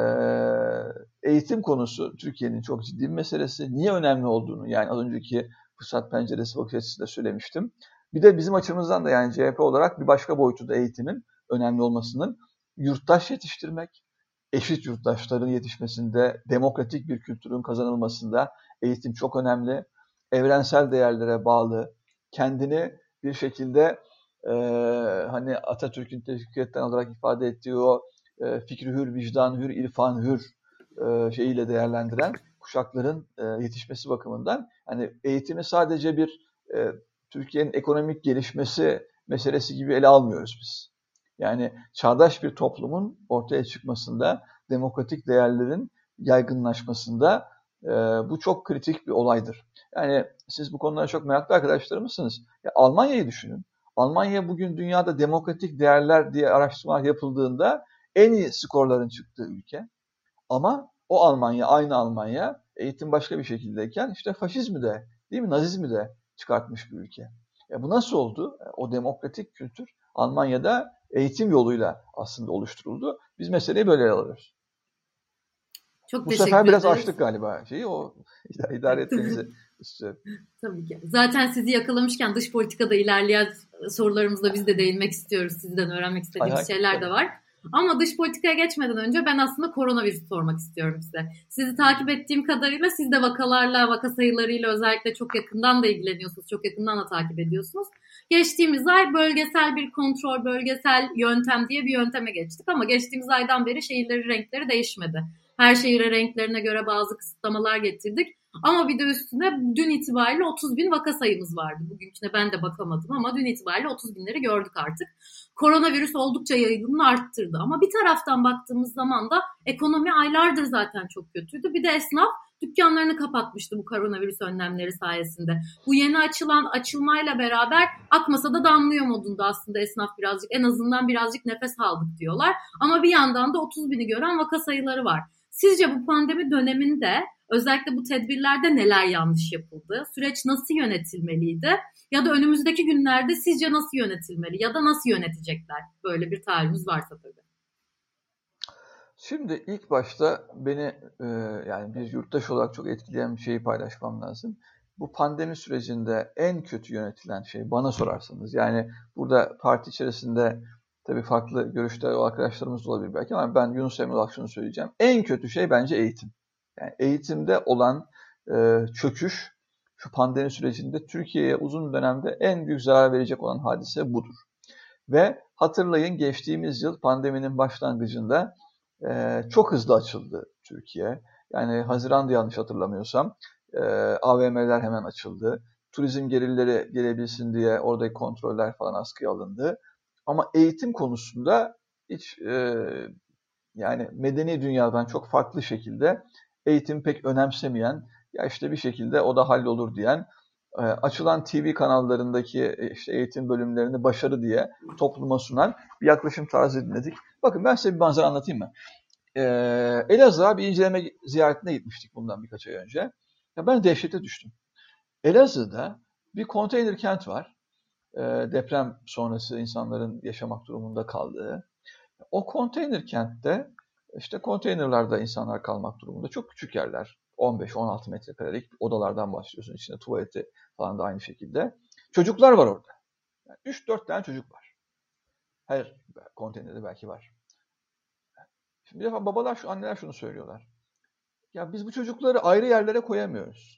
S3: Eğitim konusu Türkiye'nin çok ciddi bir meselesi. Niye önemli olduğunu, yani az önceki fırsat penceresi bakış açısıyla söylemiştim. Bir de bizim açımızdan da yani CHP olarak bir başka boyutu da eğitimin önemli olmasının yurttaş yetiştirmek, eşit yurttaşların yetişmesinde, demokratik bir kültürün kazanılmasında eğitim çok önemli. Evrensel değerlere bağlı, kendini bir şekilde hani Atatürk'ün tevkiyetten alarak ifade ettiği o fikri hür, vicdan hür, irfan hür şeyiyle değerlendiren kuşakların yetişmesi bakımından hani eğitimi sadece bir Türkiye'nin ekonomik gelişmesi meselesi gibi ele almıyoruz biz. Yani çağdaş bir toplumun ortaya çıkmasında, demokratik değerlerin yaygınlaşmasında bu çok kritik bir olaydır. Yani siz bu konulara çok meraklı arkadaşlarımızsınız. Ya Almanya'yı düşünün. Almanya bugün dünyada demokratik değerler diye araştırmalar yapıldığında en iyi skorların çıktığı ülke. Ama o Almanya, aynı Almanya eğitim başka bir şekildeyken işte faşizmi de, değil mi, Nazizmi de çıkartmış bir ülke. Bu nasıl oldu? O demokratik kültür Almanya'da eğitim yoluyla aslında oluşturuldu. Biz meseleyi böyle alıyoruz.
S2: Çok
S3: bu
S2: teşekkür
S3: sefer biraz
S2: ederiz.
S3: açtık galiba şeyi, o idare etmenizi istiyorum.
S2: Tabii ki. Zaten sizi yakalamışken dış politikada ilerleyen sorularımızda biz de değinmek istiyoruz. Sizden öğrenmek istediğimiz şeyler de var. Ama dış politikaya geçmeden önce ben aslında koronavirüsü sormak istiyorum size. Sizi takip ettiğim kadarıyla siz de vakalarla, vaka sayılarıyla özellikle çok yakından da ilgileniyorsunuz. Çok yakından da takip ediyorsunuz. Geçtiğimiz ay bölgesel bir kontrol, bölgesel yöntem diye bir yönteme geçtik. Ama geçtiğimiz aydan beri şehirlerin renkleri değişmedi. Her şehire renklerine göre bazı kısıtlamalar getirdik. Ama bir de üstüne dün itibariyle 30 bin vaka sayımız vardı. Bugünküne ben de bakamadım ama dün itibariyle 30 binleri gördük artık. Koronavirüs oldukça yaygınlığını arttırdı. Ama bir taraftan baktığımız zaman da ekonomi aylardır zaten çok kötüydü. Bir de esnaf dükkanlarını kapatmıştı bu koronavirüs önlemleri sayesinde. Bu yeni açılmayla beraber akmasa da damlıyor modunda aslında esnaf birazcık, en azından birazcık nefes aldık diyorlar. Ama bir yandan da 30 bini gören vaka sayıları var. Sizce bu pandemi döneminde özellikle bu tedbirlerde neler yanlış yapıldı? Süreç nasıl yönetilmeliydi? Ya da önümüzdeki günlerde sizce nasıl yönetilmeli? Ya da nasıl yönetecekler? Böyle bir tarihimiz varsa tabii.
S3: Şimdi ilk başta beni yani bir yurttaş olarak çok etkileyen bir şeyi paylaşmam lazım. Bu pandemi sürecinde en kötü yönetilen şey bana sorarsanız, yani burada parti içerisinde tabii farklı görüşler o arkadaşlarımız da olabilir belki ama ben Yunus Emre olarak şunu söyleyeceğim. En kötü şey bence eğitim. Yani eğitimde olan çöküş şu pandemi sürecinde Türkiye'ye uzun dönemde en büyük zarar verecek olan hadise budur. Ve hatırlayın, geçtiğimiz yıl pandeminin başlangıcında çok hızlı açıldı Türkiye. Yani Haziran'da yanlış hatırlamıyorsam AVM'ler hemen açıldı. Turizm gelirleri gelebilsin diye oradaki kontroller falan askıya alındı. Ama eğitim konusunda hiç yani medeni dünyadan çok farklı şekilde eğitim pek önemsemeyen, ya işte bir şekilde o da hallolur diyen, açılan TV kanallarındaki işte eğitim bölümlerini başarı diye topluma sunan bir yaklaşım tarzı dinledik. Bakın ben size bir manzara anlatayım mı? Elazığ'a bir inceleme ziyaretine gitmiştik bundan birkaç ay önce. Ya ben dehşete düştüm. Elazığ'da bir konteyner kent var. Deprem sonrası insanların yaşamak durumunda kaldığı. O konteyner kentte işte konteynerlarda insanlar kalmak durumunda. Çok küçük yerler. 15-16 metrekarelik odalardan başlıyorsun. İçinde tuvaleti falan da aynı şekilde. Çocuklar var orada. Yani 3-4 tane çocuk var. Her konteynerde belki var. Şimdi bir defa babalar, anneler şunu söylüyorlar. Ya biz bu çocukları ayrı yerlere koyamıyoruz.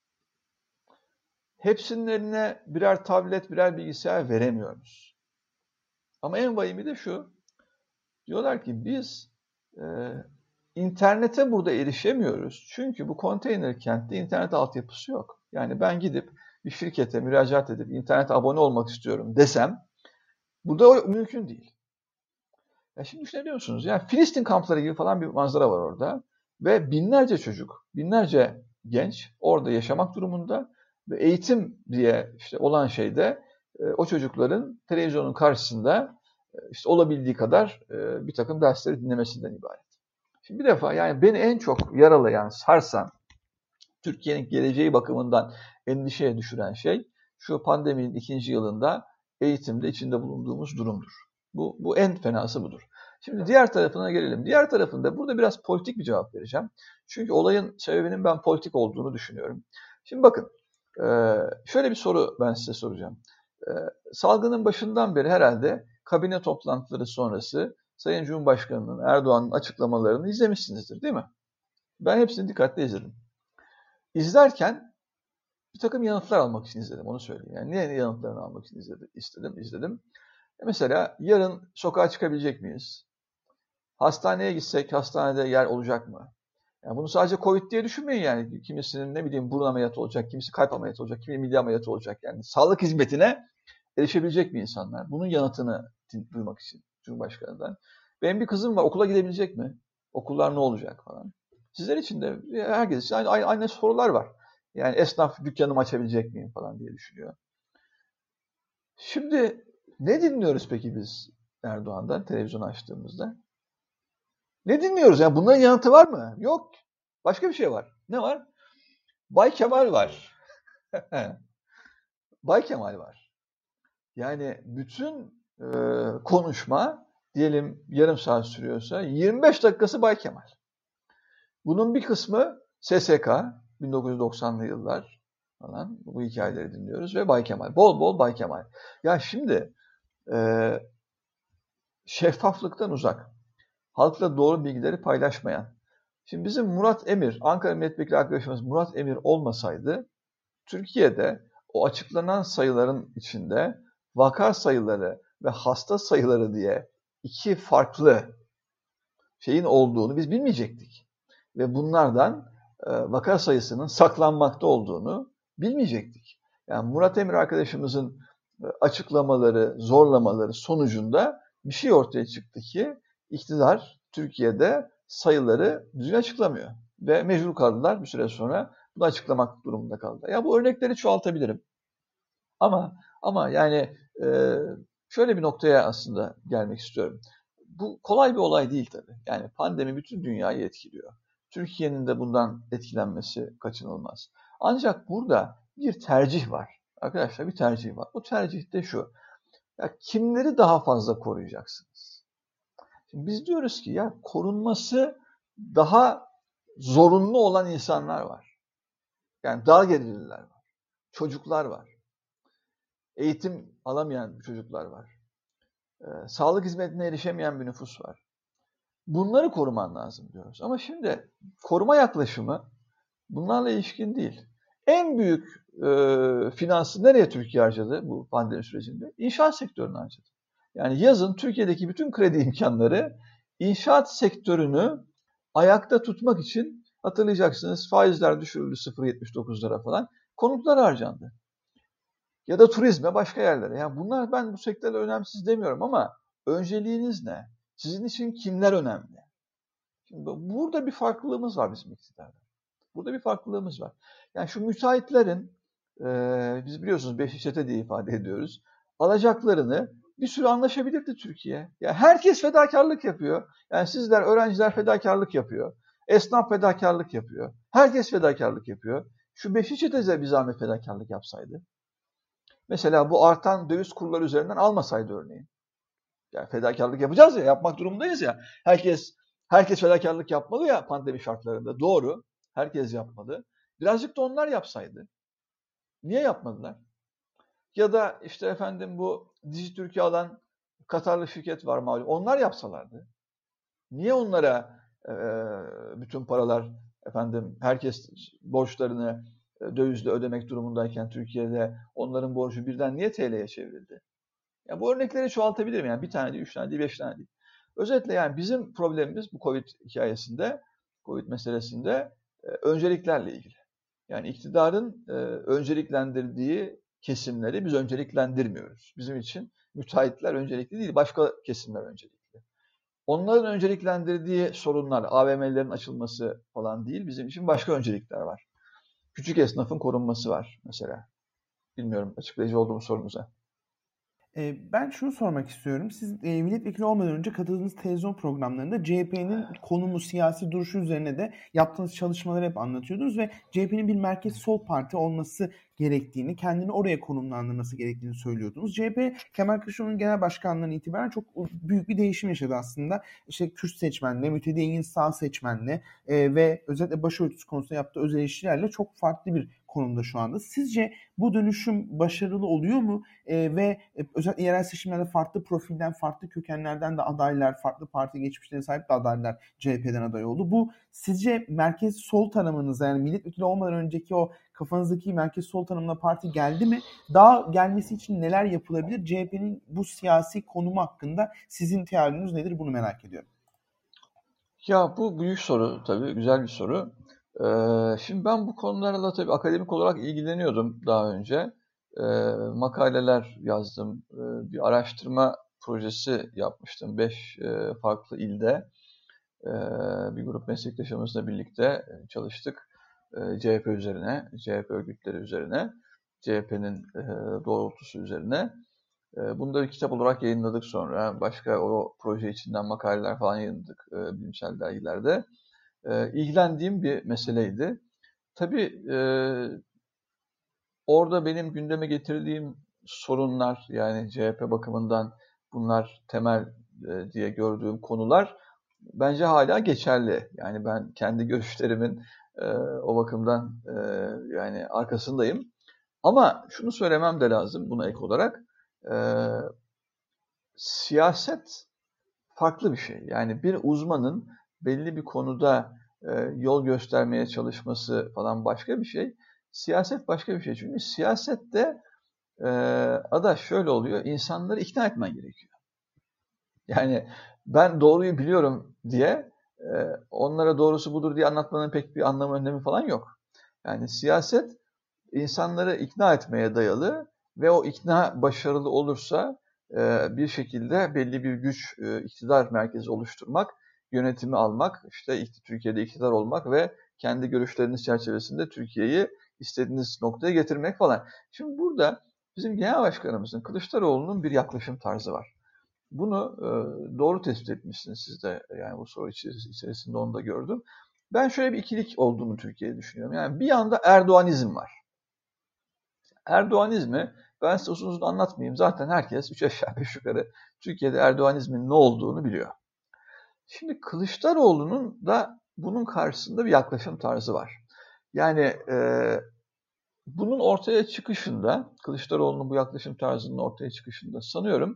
S3: Hepsinin eline birer tablet, birer bilgisayar veremiyoruz. Ama en vahimi de şu. Diyorlar ki biz internete burada erişemiyoruz. Çünkü bu konteyner kentte internet altyapısı yok. Yani ben gidip bir şirkete müracaat edip internete abone olmak istiyorum desem burada o mümkün değil. Ya şimdi düşünebiliyor musunuz? Yani Filistin kampları gibi falan bir manzara var orada. Ve binlerce çocuk, binlerce genç orada yaşamak durumunda. Ve eğitim diye işte olan şeyde o çocukların televizyonun karşısında işte olabildiği kadar bir takım dersleri dinlemesinden ibaret. Şimdi bir defa yani beni en çok yaralayan, sarsan, Türkiye'nin geleceği bakımından endişeye düşüren şey şu pandeminin 2. yılında eğitimde içinde bulunduğumuz durumdur. Bu en fenası budur. Şimdi diğer tarafına gelelim. Diğer tarafında burada biraz politik bir cevap vereceğim. Çünkü olayın sebebinin ben politik olduğunu düşünüyorum. Şimdi bakın, Şöyle bir soru ben size soracağım. Salgının başından beri herhalde kabine toplantıları sonrası Sayın Cumhurbaşkanı'nın, Erdoğan'ın açıklamalarını izlemişsinizdir, değil mi? Ben hepsini dikkatle izledim. İzlerken bir takım yanıtlar almak için izledim, onu söyleyeyim. Yani niye yanıtlarını almak için izledim. Mesela yarın sokağa çıkabilecek miyiz? Hastaneye gitsek hastanede yer olacak mı? Yani bunu sadece Covid diye düşünmeyin yani. Kimisinin ne bileyim burun ameliyatı olacak, kimisi kalp ameliyatı olacak, kimisi mide ameliyatı olacak. Yani sağlık hizmetine erişebilecek mi insanlar? Bunun yanıtını duymak için Cumhurbaşkanı'ndan. Benim bir kızım var, okula gidebilecek mi? Okullar ne olacak falan. Sizler için de herkes için aynı sorular var. Yani esnaf dükkanımı açabilecek miyim falan diye düşünüyor. Şimdi ne dinliyoruz peki biz Erdoğan'dan televizyon açtığımızda? Ne dinliyoruz? Yani bunların yanıtı var mı? Yok. Başka bir şey var. Ne var? Bay Kemal var. Bay Kemal var. Yani bütün konuşma diyelim yarım saat sürüyorsa 25 dakikası Bay Kemal. Bunun bir kısmı SSK 1990'lı yıllar falan bu hikayeleri dinliyoruz ve Bay Kemal. Bol bol Bay Kemal. Ya şimdi şeffaflıktan uzak, halkla doğru bilgileri paylaşmayan. Şimdi bizim Murat Emir, Ankara Milletvekili arkadaşımız Murat Emir olmasaydı Türkiye'de o açıklanan sayıların içinde vaka sayıları ve hasta sayıları diye iki farklı şeyin olduğunu biz bilmeyecektik. Ve bunlardan vaka sayısının saklanmakta olduğunu bilmeyecektik. Yani Murat Emir arkadaşımızın açıklamaları, zorlamaları sonucunda bir şey ortaya çıktı ki iktidar Türkiye'de sayıları düzgün açıklamıyor. Ve mecbur kaldılar bir süre sonra bunu açıklamak durumunda kaldılar. Ya bu örnekleri çoğaltabilirim. Ama yani şöyle bir noktaya aslında gelmek istiyorum. Bu kolay bir olay değil tabii. Yani pandemi bütün dünyayı etkiliyor. Türkiye'nin de bundan etkilenmesi kaçınılmaz. Ancak burada bir tercih var. Arkadaşlar bir tercih var. O tercih de şu. Ya kimleri daha fazla koruyacaksınız? Şimdi biz diyoruz ki ya korunması daha zorunlu olan insanlar var. Yani dar gelirliler var. Çocuklar var. Eğitim alamayan çocuklar var. Sağlık hizmetine erişemeyen bir nüfus var. Bunları koruman lazım diyoruz. Ama şimdi koruma yaklaşımı bunlarla ilişkin değil. En büyük finansı nereye Türkiye harcadı bu pandemi sürecinde? İnşaat sektörüne harcadı. Yani yazın Türkiye'deki bütün kredi imkanları inşaat sektörünü ayakta tutmak için hatırlayacaksınız faizler düşürüldü 0,79'lara falan. Konutlar harcandı. Ya da turizme başka yerlere. Yani bunlar ben bu sektörler önemsiz demiyorum ama önceliğiniz ne? Sizin için kimler önemli? Şimdi burada bir farklılığımız var bizim iktidarda. Burada bir farklılığımız var. Yani şu müteahhitlerin, biz biliyorsunuz beşli çete diye ifade ediyoruz, alacaklarını bir sürü anlaşabilirdi Türkiye. Yani herkes fedakarlık yapıyor. Yani sizler, öğrenciler fedakarlık yapıyor. Esnaf fedakarlık yapıyor. Herkes fedakarlık yapıyor. Şu beşli çete bir zahmet fedakarlık yapsaydı. Mesela bu artan döviz kurları üzerinden almasaydı örneğin. Yani fedakarlık yapacağız ya, yapmak durumundayız ya. Herkes fedakarlık yapmalı ya pandemi şartlarında. Doğru. Herkes yapmalı. Birazcık da onlar yapsaydı. Niye yapmadılar? Ya da işte efendim bu Dijitürk'ü alan Katarlı şirket var malum. Onlar yapsalardı. Niye onlara bütün paralar efendim herkes borçlarını dövizle ödemek durumundayken Türkiye'de onların borcu birden niye TL'ye çevrildi? Ya bu örnekleri çoğaltabilirim. Yani bir tane değil, 3 tane değil, 5 tane değil. Özetle yani bizim problemimiz bu Covid hikayesinde, Covid meselesinde önceliklerle ilgili. Yani iktidarın önceliklendirdiği kesimleri biz önceliklendirmiyoruz. Bizim için müteahhitler öncelikli değil, başka kesimler öncelikli. Onların önceliklendirdiği sorunlar, AVM'lerin açılması falan değil, bizim için başka öncelikler var. Küçük esnafın korunması var mesela. Bilmiyorum açıklayıcı olduğum sorunuza.
S1: Ben şunu sormak istiyorum. Siz milletvekili olmadan önce katıldığınız televizyon programlarında CHP'nin konumu, siyasi duruşu üzerine de yaptığınız çalışmaları hep anlatıyordunuz ve CHP'nin bir merkez sol parti olması gerektiğini, kendini oraya konumlandırması gerektiğini söylüyordunuz. CHP, Kemal Kılıçdaroğlu'nun genel başkanlığından itibaren çok büyük bir değişim yaşadı aslında. İşte Kürt seçmenle, mütedeyyin sağ seçmenle ve özellikle başörtüsü konusunda yaptığı öz eleştirilerle çok farklı bir konumda şu anda. Sizce bu dönüşüm başarılı oluyor mu? Ve özellikle yerel seçimlerde farklı profilden, farklı kökenlerden de adaylar, farklı parti geçmişlerine sahip de adaylar CHP'den aday oldu. Bu sizce merkez sol tanımınıza, yani milletvekili olmadan önceki o kafanızdaki merkez sol tanımına parti geldi mi? Daha gelmesi için neler yapılabilir? CHP'nin bu siyasi konumu hakkında sizin teoriniz nedir? Bunu merak ediyorum.
S3: Ya bu büyük soru tabii, güzel bir soru. Şimdi ben bu konularla tabii akademik olarak ilgileniyordum daha önce. Makaleler yazdım, bir araştırma projesi yapmıştım 5 farklı ilde. Bir grup meslektaşımızla birlikte çalıştık. CHP üzerine, CHP örgütleri üzerine, CHP'nin doğrultusu üzerine. Bunu bir kitap olarak yayınladık sonra. Başka o proje içinden makaleler falan yayınladık bilimsel dergilerde. İlgilendiğim bir meseleydi. Tabii orada benim gündeme getirdiğim sorunlar, yani CHP bakımından bunlar temel diye gördüğüm konular bence hala geçerli. Yani ben kendi görüşlerimin o bakımdan yani arkasındayım. Ama şunu söylemem de lazım buna ek olarak. Siyaset farklı bir şey. Yani bir uzmanın belli bir konuda yol göstermeye çalışması falan başka bir şey. Siyaset başka bir şey. Çünkü siyasette adaş şöyle oluyor. İnsanları ikna etmen gerekiyor. Yani ben doğruyu biliyorum diye onlara doğrusu budur diye anlatmanın pek bir anlamı, önemi falan yok. Yani siyaset insanları ikna etmeye dayalı ve o ikna başarılı olursa bir şekilde belli bir güç, iktidar merkezi oluşturmak, yönetimi almak, işte Türkiye'de iktidar olmak ve kendi görüşleriniz çerçevesinde Türkiye'yi istediğiniz noktaya getirmek falan. Şimdi burada bizim genel başkanımızın, Kılıçdaroğlu'nun bir yaklaşım tarzı var. Bunu doğru tespit etmişsiniz siz de, yani bu soru içerisinde onu da gördüm. Ben şöyle bir ikilik olduğunu Türkiye'de düşünüyorum. Yani bir yanda Erdoğanizm var. Erdoğanizmi ben size uzun uzun anlatmayayım. Zaten herkes 3 aşağı 5 yukarı Türkiye'de Erdoğanizmin ne olduğunu biliyor. Şimdi Kılıçdaroğlu'nun da bunun karşısında bir yaklaşım tarzı var. Yani bunun ortaya çıkışında, Kılıçdaroğlu'nun bu yaklaşım tarzının ortaya çıkışında sanıyorum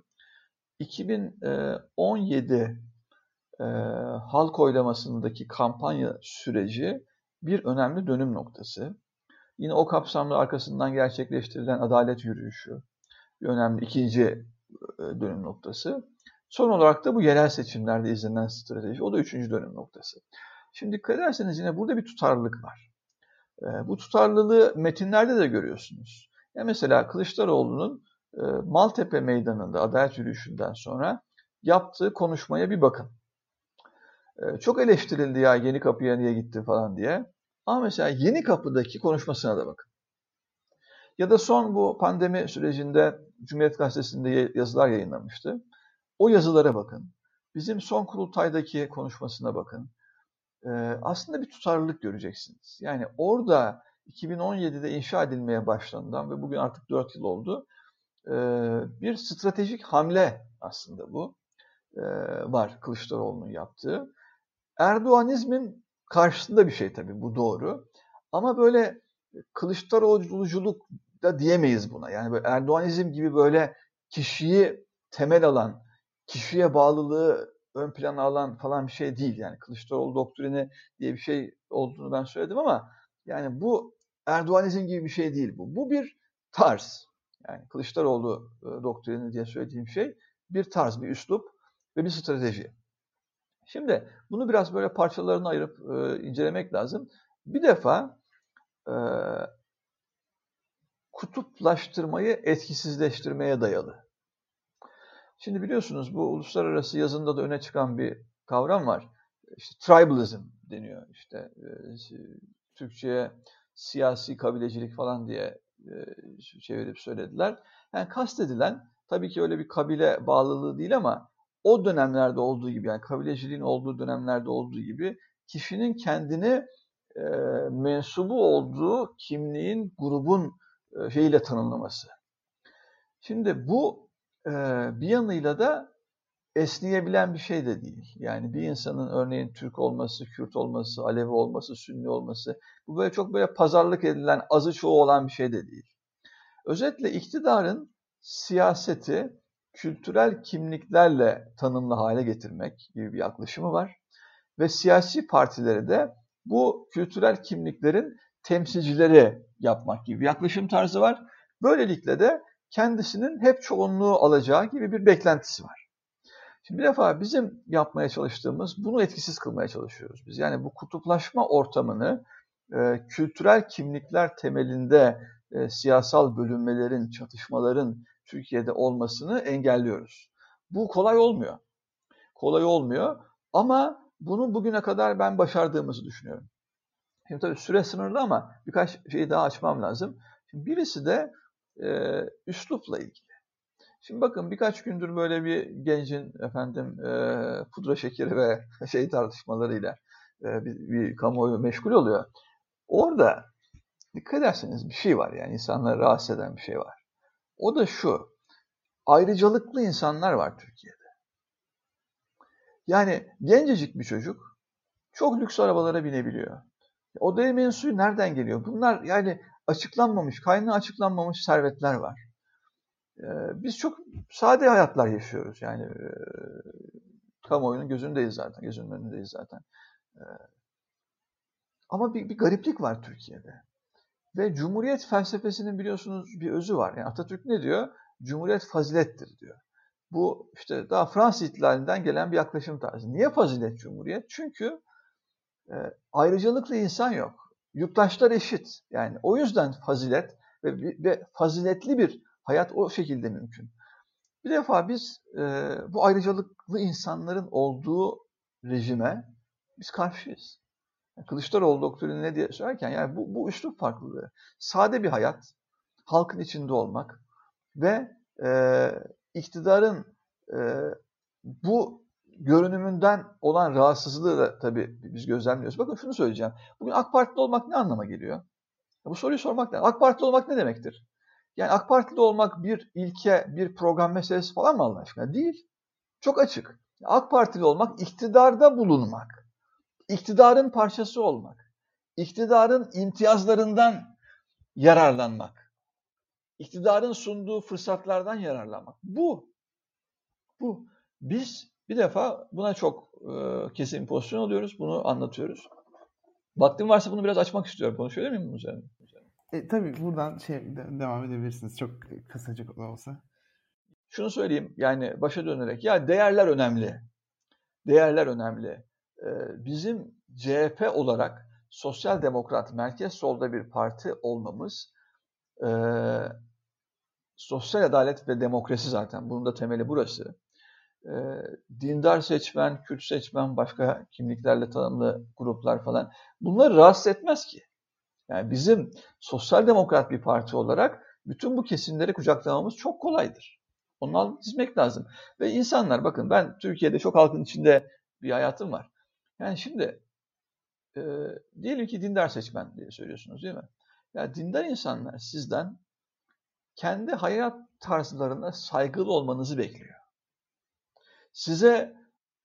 S3: 2017 halk oylamasındaki kampanya süreci bir önemli dönüm noktası. Yine o kapsamda arkasından gerçekleştirilen adalet yürüyüşü bir önemli ikinci dönüm noktası. Son olarak da bu yerel seçimlerde izlenen strateji, o da üçüncü dönüm noktası. Şimdi dikkat ederseniz yine burada bir tutarlılık var. Bu tutarlılığı metinlerde de görüyorsunuz. Ya mesela Kılıçdaroğlu'nun Maltepe Meydanı'nda adalet yürüyüşünden sonra yaptığı konuşmaya bir bakın. Çok eleştirildi ya Yenikapı'ya niye gitti falan diye. Ama mesela Yenikapı'daki konuşmasına da bakın. Ya da son bu pandemi sürecinde Cumhuriyet Gazetesi'nde yazılar yayınlamıştı. O yazılara bakın. Bizim son kurultaydaki konuşmasına bakın. Aslında bir tutarlılık göreceksiniz. Yani orada 2017'de inşa edilmeye başlanılan ve bugün artık 4 yıl oldu. Bir stratejik hamle aslında bu. Var Kılıçdaroğlu'nun yaptığı. Erdoğanizmin karşısında bir şey tabii, bu doğru. Ama böyle Kılıçdaroğluculuk da diyemeyiz buna. Yani böyle Erdoğanizm gibi böyle kişiyi temel alan, kişiye bağlılığı ön plana alan falan bir şey değil. Yani Kılıçdaroğlu doktrini diye bir şey olduğunu ben söyledim ama yani bu Erdoğanizm gibi bir şey değil bu. Bu bir tarz. Yani Kılıçdaroğlu doktrini diye söylediğim şey bir tarz, bir üslup ve bir strateji. Şimdi bunu biraz böyle parçalarına ayırıp incelemek lazım. Bir defa kutuplaştırmayı etkisizleştirmeye dayalı. Şimdi biliyorsunuz bu uluslararası yazında da öne çıkan bir kavram var. İşte tribalism deniyor. İşte Türkçe'ye siyasi kabilecilik falan diye çevirip söylediler. Yani kastedilen tabii ki öyle bir kabile bağlılığı değil ama o dönemlerde olduğu gibi, yani kabileciliğin olduğu dönemlerde olduğu gibi kişinin kendini mensubu olduğu kimliğin, grubun şeyiyle tanımlaması. Şimdi bu bir yanıyla da esneyebilen bir şey de değil. Yani bir insanın örneğin Türk olması, Kürt olması, Alevi olması, Sünni olması, bu böyle çok böyle pazarlık edilen, azı çoğu olan bir şey de değil. Özetle iktidarın siyaseti kültürel kimliklerle tanımlı hale getirmek gibi bir yaklaşımı var. Ve siyasi partileri de bu kültürel kimliklerin temsilcileri yapmak gibi bir yaklaşım tarzı var. Böylelikle de kendisinin hep çoğunluğu alacağı gibi bir beklentisi var. Şimdi bir defa bizim yapmaya çalıştığımız, bunu etkisiz kılmaya çalışıyoruz biz. Yani bu kutuplaşma ortamını kültürel kimlikler temelinde siyasal bölünmelerin, çatışmaların Türkiye'de olmasını engelliyoruz. Bu kolay olmuyor. Kolay olmuyor ama bunu bugüne kadar ben başardığımızı düşünüyorum. Şimdi tabii süre sınırlı ama birkaç şeyi daha açmam lazım. Şimdi birisi de üslupla ilgili. Şimdi bakın birkaç gündür böyle bir gencin pudra şekeri ve tartışmalarıyla bir kamuoyu meşgul oluyor. Orada dikkat ederseniz bir şey var, yani insanları rahatsız eden bir şey var. O da şu: ayrıcalıklı insanlar var Türkiye'de. Yani gencecik bir çocuk çok lüks arabalara binebiliyor. O değirmenin suyu nereden geliyor? Bunlar yani açıklanmamış, kaynağı açıklanmamış servetler var. Biz çok sade hayatlar yaşıyoruz. Yani kamuoyunun gözünün önündeyiz zaten. Ama bir gariplik var Türkiye'de. Ve Cumhuriyet felsefesinin biliyorsunuz bir özü var. Yani Atatürk ne diyor? Cumhuriyet fazilettir diyor. Bu işte daha Fransız ihtilalinden gelen bir yaklaşım tarzı. Niye fazilet Cumhuriyet? Çünkü ayrıcalıklı insan yok. Yurttaşlar eşit. Yani o yüzden fazilet ve faziletli bir hayat o şekilde mümkün. Bir defa biz bu ayrıcalıklı insanların olduğu rejime biz karşıyız. Kılıçdaroğlu doktrini ne diye söylerken yani bu üslup farklılığı. Sade bir hayat, halkın içinde olmak ve iktidarın bu görünümünden olan rahatsızlığı da tabii biz gözlemliyoruz. Bakın şunu söyleyeceğim. Bugün AK Partili olmak ne anlama geliyor? Bu soruyu sormak lazım. AK Partili olmak ne demektir? Yani AK Partili olmak bir ilke, bir program meselesi falan mı Allah aşkına? Değil. Çok açık. AK Partili olmak iktidarda bulunmak. İktidarın parçası olmak. İktidarın imtiyazlarından yararlanmak. İktidarın sunduğu fırsatlardan yararlanmak. Bu. Biz bir defa buna çok kesin bir pozisyon alıyoruz. Bunu anlatıyoruz. Vaktim varsa bunu biraz açmak istiyorum. Konuşabilir miyim bunun üzerine?
S1: Tabii buradan devam edebilirsiniz. Çok kısacık olsa.
S3: Şunu söyleyeyim, yani başa dönerek. Ya değerler önemli. Değerler önemli. Bizim CHP olarak sosyal demokrat, merkez solda bir parti olmamız, sosyal adalet ve demokrasi zaten. Bunun da temeli burası. Dindar seçmen, Kürt seçmen, başka kimliklerle tanımlı gruplar falan, bunları rahatsız etmez ki. Yani bizim sosyal demokrat bir parti olarak bütün bu kesimleri kucaklamamız çok kolaydır. Onun altını çizmek lazım. Ve insanlar, bakın ben Türkiye'de çok halkın içinde bir hayatım var. Yani şimdi diyelim ki dindar seçmen diye söylüyorsunuz değil mi? Ya dindar insanlar sizden kendi hayat tarzlarına saygılı olmanızı bekliyor. Size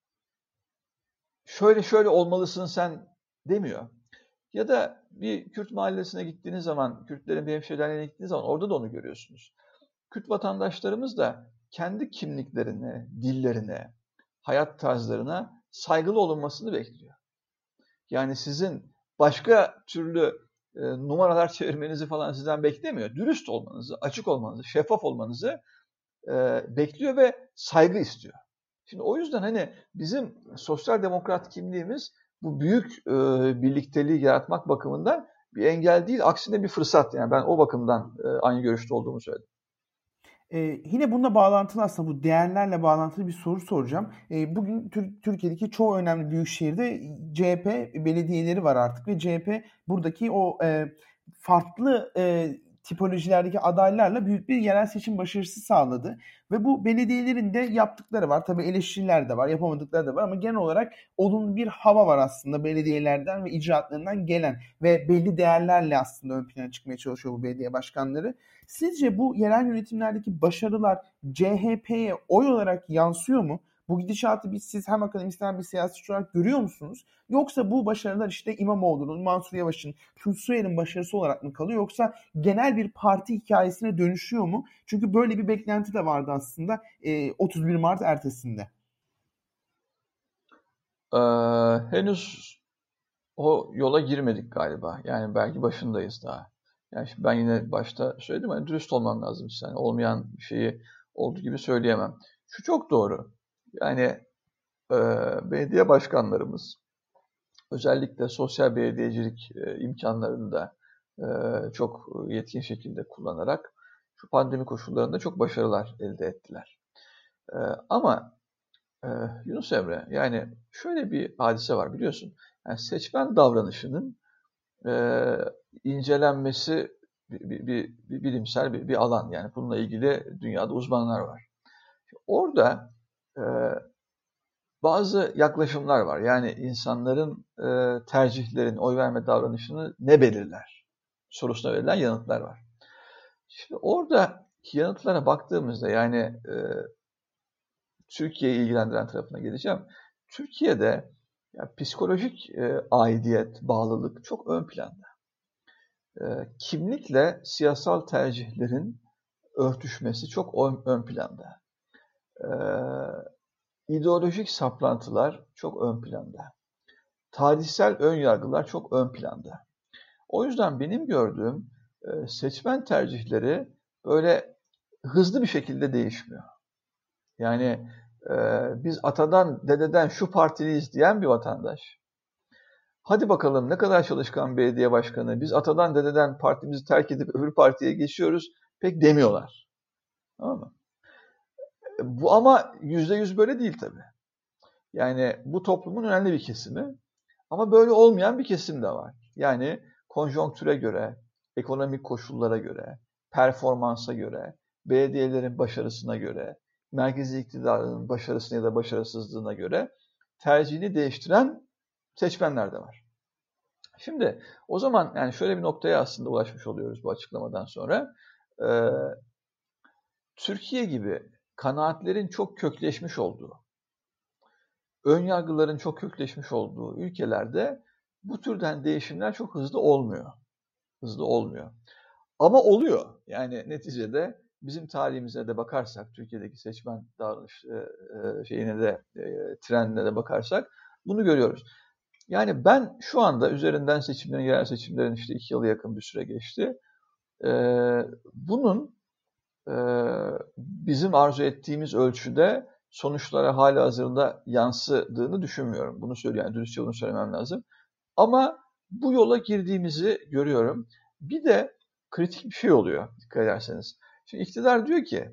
S3: şöyle olmalısın sen demiyor. Ya da bir Kürt mahallesine gittiğiniz zaman, Kürtlerin bir hemşehrilerine gittiğiniz zaman orada da onu görüyorsunuz. Kürt vatandaşlarımız da kendi kimliklerine, dillerine, hayat tarzlarına saygılı olunmasını bekliyor. Yani sizin başka türlü numaralar çevirmenizi falan sizden beklemiyor. Dürüst olmanızı, açık olmanızı, şeffaf olmanızı bekliyor ve saygı istiyor. Şimdi o yüzden hani bizim sosyal demokrat kimliğimiz bu büyük birlikteliği yaratmak bakımından bir engel değil, aksine bir fırsat. Yani ben o bakımdan aynı görüşte olduğumu söyledim.
S1: Yine bununla bağlantılı, aslında bu değerlerle bağlantılı bir soru soracağım. Bugün Türkiye'deki çoğu önemli büyük şehirde CHP belediyeleri var artık ve CHP buradaki o farklı tipolojilerdeki adaylarla büyük bir yerel seçim başarısı sağladı. Ve bu belediyelerin de yaptıkları var. Tabii eleştiriler de var, yapamadıkları da var ama genel olarak olumlu bir hava var aslında belediyelerden ve icraatlarından gelen ve belli değerlerle aslında ön plana çıkmaya çalışıyor bu belediye başkanları. Sizce bu yerel yönetimlerdeki başarılar CHP'ye oy olarak yansıyor mu? Bu gidişatı siz hem akademisyen hem bir siyasetçi olarak görüyor musunuz? Yoksa bu başarılar işte İmamoğlu'nun, Mansur Yavaş'ın, Tunç Soyer'in başarısı olarak mı kalıyor? Yoksa genel bir parti hikayesine dönüşüyor mu? Çünkü böyle bir beklenti de vardı aslında 31 Mart ertesinde.
S3: Henüz o yola girmedik galiba. Yani belki başındayız daha. Yani şimdi ben yine başta söyledim, hani dürüst olmam lazım. Yani olmayan bir şeyi olduğu gibi söyleyemem. Şu çok doğru. Yani belediye başkanlarımız özellikle sosyal belediyecilik imkanlarını da çok yetkin şekilde kullanarak şu pandemi koşullarında çok başarılar elde ettiler. Ama Yunus Emre, yani şöyle bir hadise var biliyorsun. Yani seçmen davranışının incelenmesi bir bilimsel bir alan. Yani bununla ilgili dünyada uzmanlar var. Orada bazı yaklaşımlar var. Yani insanların tercihlerin, oy verme davranışını ne belirler sorusuna verilen yanıtlar var. Şimdi oradaki yanıtlara baktığımızda, yani Türkiye'yi ilgilendiren tarafına geleceğim. Türkiye'de yani psikolojik aidiyet, bağlılık çok ön planda. Kimlikle siyasal tercihlerin örtüşmesi çok ön planda. İdeolojik saplantılar çok ön planda. Tarihsel önyargılar çok ön planda. O yüzden benim gördüğüm seçmen tercihleri böyle hızlı bir şekilde değişmiyor. Yani biz atadan, dededen şu partiliyiz diyen bir vatandaş, hadi bakalım ne kadar çalışkan belediye başkanı, biz atadan, dededen partimizi terk edip öbür partiye geçiyoruz pek demiyorlar. Tamam mı? Bu ama %100 böyle değil tabii. Yani bu toplumun önemli bir kesimi. Ama böyle olmayan bir kesim de var. Yani konjonktüre göre, ekonomik koşullara göre, performansa göre, belediyelerin başarısına göre, merkezi iktidarın başarısına ya da başarısızlığına göre tercihini değiştiren seçmenler de var. Şimdi o zaman yani şöyle bir noktaya aslında ulaşmış oluyoruz bu açıklamadan sonra. Türkiye gibi kanaatlerin çok kökleşmiş olduğu, önyargıların çok kökleşmiş olduğu ülkelerde bu türden değişimler çok hızlı olmuyor. Hızlı olmuyor. Ama oluyor. Yani neticede bizim tarihimize de bakarsak, Türkiye'deki seçmen davranış trendine de bakarsak bunu görüyoruz. Yani ben şu anda üzerinden seçimlerin, yerel seçimlerin işte 2 yılı yakın bir süre geçti. Bunun bizim arzu ettiğimiz ölçüde sonuçlara halihazırda yansıdığını düşünmüyorum. Bunu yani dürüstçe bunu söylemem lazım. Ama bu yola girdiğimizi görüyorum. Bir de kritik bir şey oluyor dikkat ederseniz. Şimdi iktidar diyor ki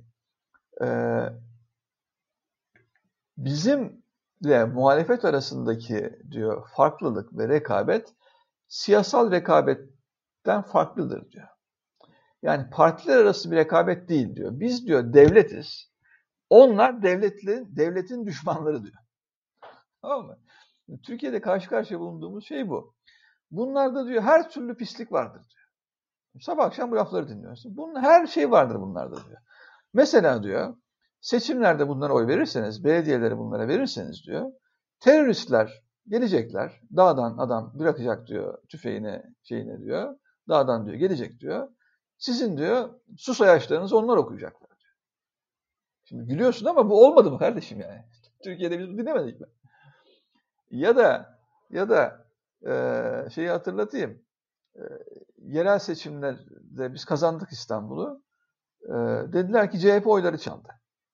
S3: bizimle muhalefet arasındaki diyor farklılık ve rekabet siyasal rekabetten farklıdır diyor. Yani partiler arası bir rekabet değil diyor. Biz diyor devletiz. Onlar devletin düşmanları diyor. Tamam mı? Türkiye'de karşı karşıya bulunduğumuz şey bu. Bunlarda diyor her türlü pislik vardır diyor. Sabah akşam bu lafları dinliyorsun. Bunun her şey vardır bunlarda diyor. Mesela diyor seçimlerde bunlara oy verirseniz, belediyeleri bunlara verirseniz diyor, teröristler gelecekler, dağdan adam bırakacak diyor tüfeğini diyor, dağdan diyor gelecek diyor. Sizin diyor su sayaçlarınızı onlar okuyacaklar diyor. Şimdi gülüyorsun ama bu olmadı mı kardeşim yani? Türkiye'de biz dinlemedik mi? Ya da şeyi hatırlatayım. Yerel seçimlerde biz kazandık İstanbul'u. Dediler ki CHP oyları çaldı.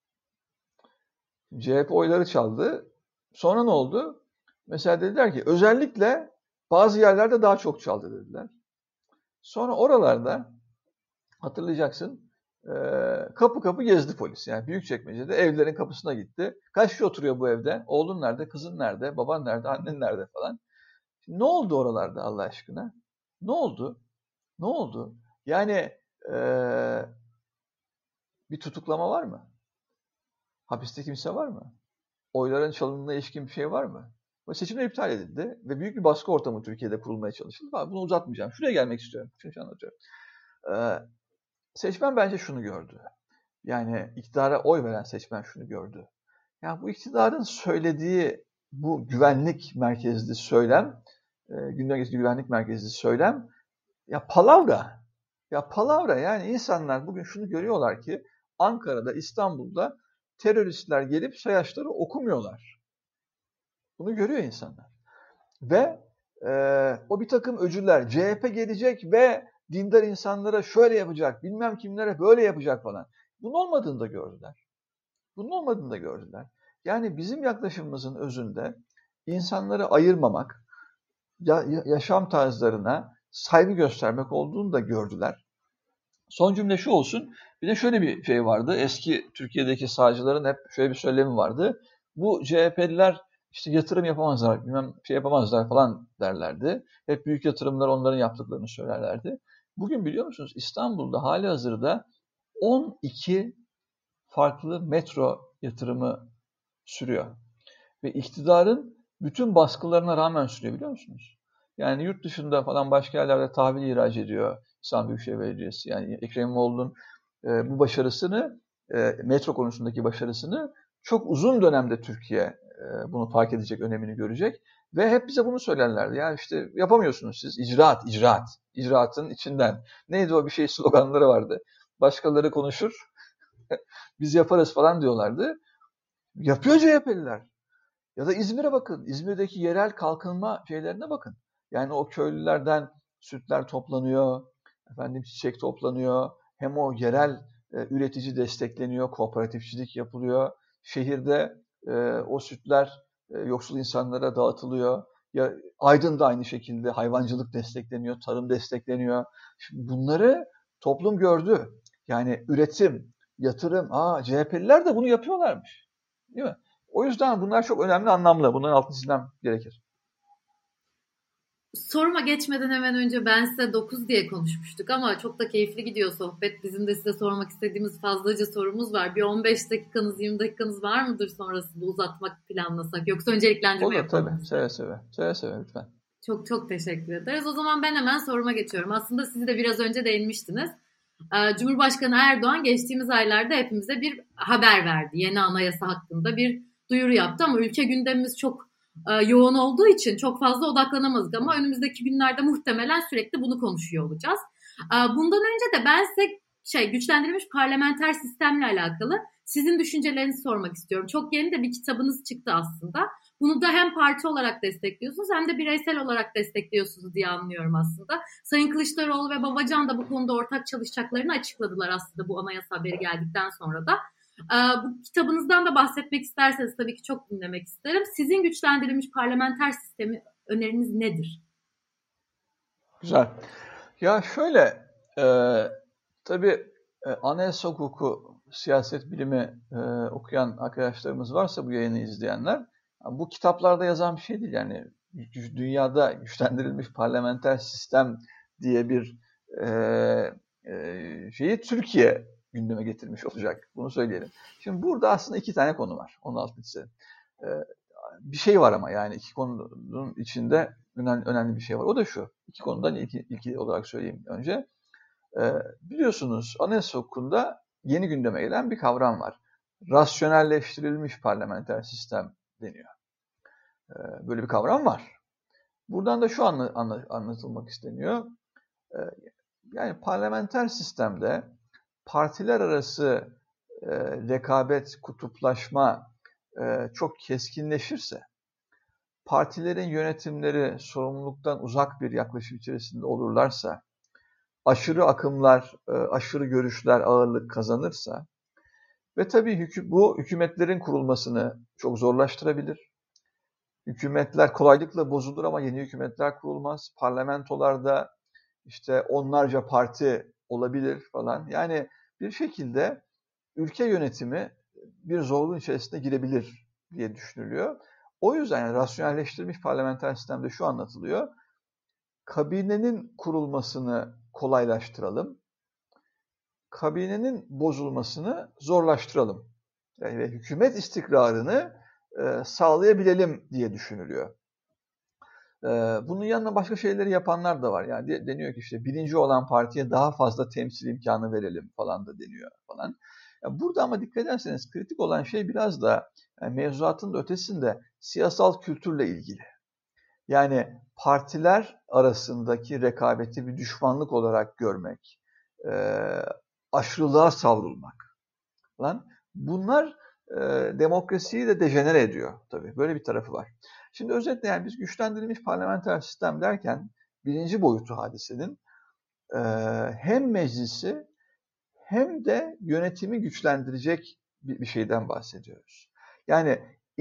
S3: CHP oyları çaldı. Sonra ne oldu? Mesela dediler ki özellikle bazı yerlerde daha çok çaldı dediler. Sonra oralarda hatırlayacaksın kapı kapı gezdi polis. Yani Büyükçekmece'de evlerin kapısına gitti. Kaç kişi oturuyor bu evde? Oğlun nerede? Kızın nerede? Baban nerede? Annen nerede falan. Şimdi ne oldu oralarda Allah aşkına? Ne oldu? Ne oldu? Yani bir tutuklama var mı? Hapiste kimse var mı? Oyların çalındığına ilişkin bir şey var mı? Ve seçimler iptal edildi ve büyük bir baskı ortamı Türkiye'de kurulmaya çalışıldı. Bunu uzatmayacağım. Şuraya gelmek istiyorum. Çünkü anlatıyorum. Seçmen bence şunu gördü. Yani iktidara oy veren seçmen şunu gördü. Ya bu iktidarın söylediği bu güvenlik merkezli söylem, gündem güvenlik merkezli söylem ya palavra. Ya palavra, yani insanlar bugün şunu görüyorlar ki Ankara'da, İstanbul'da teröristler gelip sayaçları okumuyorlar. Bunu görüyor insanlar. Ve o bir takım öcüler, CHP gelecek ve dindar insanlara şöyle yapacak, bilmem kimlere böyle yapacak falan. Bunun olmadığını da gördüler. Bunun olmadığını da gördüler. Yani bizim yaklaşımımızın özünde insanları ayırmamak, yaşam tarzlarına saygı göstermek olduğunu da gördüler. Son cümle şu olsun. Bir de şöyle bir şey vardı. Eski Türkiye'deki sağcıların hep şöyle bir söylemi vardı. Bu CHP'liler işte yatırım yapamazlar, bilmem şey yapamazlar falan derlerdi. Hep büyük yatırımlar onların yaptıklarını söylerlerdi. Bugün biliyor musunuz İstanbul'da halihazırda 12 farklı metro yatırımı sürüyor. Ve iktidarın bütün baskılarına rağmen sürüyor, biliyor musunuz? Yani yurt dışında falan başka yerlerde tahvil ihraç ediyor İstanbul Büyükşehir Belediyesi. Yani Ekrem İmamoğlu'nun bu başarısını, metro konusundaki başarısını çok uzun dönemde Türkiye bunu fark edecek, önemini görecek. Ve hep bize bunu söylerlerdi. Ya işte yapamıyorsunuz siz. İcraat, icraat. İcraatın içinden. Neydi o bir şey sloganları vardı. Başkaları konuşur, biz yaparız falan diyorlardı. Yapıyor CHP'liler. Ya da İzmir'e bakın. İzmir'deki yerel kalkınma şeylerine bakın. Yani o köylülerden sütler toplanıyor, çiçek toplanıyor. Hem o yerel üretici destekleniyor, kooperatifçilik yapılıyor. Şehirde o sütler yoksul insanlara dağıtılıyor. Ya Aydın'da aynı şekilde hayvancılık destekleniyor, tarım destekleniyor. Şimdi bunları toplum gördü. Yani üretim, yatırım, CHP'liler de bunu yapıyorlarmış. Değil mi? O yüzden bunlar çok önemli, anlamlı. Bunların altını çizmem gerekir.
S2: Soruma geçmeden hemen önce ben size 9 diye konuşmuştuk ama çok da keyifli gidiyor sohbet. Bizim de size sormak istediğimiz fazlaca sorumuz var. Bir 15 dakikanız, 20 dakikanız var mıdır sonrasında uzatmak planlasak? Yoksa önceliklendirme yapalım.
S3: Olur tabii. Seve seve. Seve seve lütfen.
S2: Çok çok teşekkür ederiz. O zaman ben hemen soruma geçiyorum. Aslında siz de biraz önce değinmiştiniz. Cumhurbaşkanı Erdoğan geçtiğimiz aylarda hepimize bir haber verdi. Yeni anayasa hakkında bir duyuru yaptı ama ülke gündemimiz çok yoğun olduğu için çok fazla odaklanamadık ama önümüzdeki günlerde muhtemelen sürekli bunu konuşuyor olacağız. Bundan önce de ben size güçlendirilmiş parlamenter sistemle alakalı sizin düşüncelerinizi sormak istiyorum. Çok yeni de bir kitabınız çıktı aslında. Bunu da hem parti olarak destekliyorsunuz hem de bireysel olarak destekliyorsunuz diye anlıyorum aslında. Sayın Kılıçdaroğlu ve Babacan da bu konuda ortak çalışacaklarını açıkladılar aslında bu anayasa haberi geldikten sonra da. Bu kitabınızdan da bahsetmek isterseniz tabii ki çok dinlemek isterim. Sizin güçlendirilmiş parlamenter sistemi öneriniz nedir?
S3: Güzel. Ya şöyle, tabii anayasa hukuku, siyaset bilimi okuyan arkadaşlarımız varsa bu yayını izleyenler, bu kitaplarda yazan bir şey değil. Yani dünyada güçlendirilmiş parlamenter sistem diye bir şeyi Türkiye gündeme getirmiş olacak. Bunu söyleyelim. Şimdi burada aslında iki tane konu var. Onun altını çizelim. Bir şey var ama yani iki konunun içinde önemli bir şey var. O da şu. İki konudan ilki olarak söyleyeyim önce. Biliyorsunuz anayasa hukukunda yeni gündeme gelen bir kavram var. Rasyonelleştirilmiş parlamenter sistem deniyor. Böyle bir kavram var. Buradan da şu anlatılmak isteniyor. Yani parlamenter sistemde partiler arası rekabet, kutuplaşma çok keskinleşirse, partilerin yönetimleri sorumluluktan uzak bir yaklaşım içerisinde olurlarsa, aşırı akımlar, aşırı görüşler ağırlık kazanırsa ve tabii bu hükümetlerin kurulmasını çok zorlaştırabilir. Hükümetler kolaylıkla bozulur ama yeni hükümetler kurulmaz. Parlamentolarda işte onlarca parti olabilir falan. Yani bir şekilde ülke yönetimi bir zorluğun içerisine girebilir diye düşünülüyor. O yüzden yani rasyonelleştirilmiş parlamenter sistemde şu anlatılıyor. Kabinenin kurulmasını kolaylaştıralım. Kabinenin bozulmasını zorlaştıralım. Yani hükümet istikrarını sağlayabilelim diye düşünülüyor. Bunun yanına başka şeyleri yapanlar da var. Yani deniyor ki işte birinci olan partiye daha fazla temsil imkanı verelim falan da deniyor falan. Yani burada ama dikkat ederseniz kritik olan şey biraz da yani mevzuatın da ötesinde siyasal kültürle ilgili. Yani partiler arasındaki rekabeti bir düşmanlık olarak görmek, aşırılığa savrulmak falan. Bunlar demokrasiyi de dejenere ediyor tabii. Böyle bir tarafı var. Şimdi özetle yani biz güçlendirilmiş parlamenter sistem derken birinci boyutu hadisenin hem meclisi hem de yönetimi güçlendirecek bir şeyden bahsediyoruz. Yani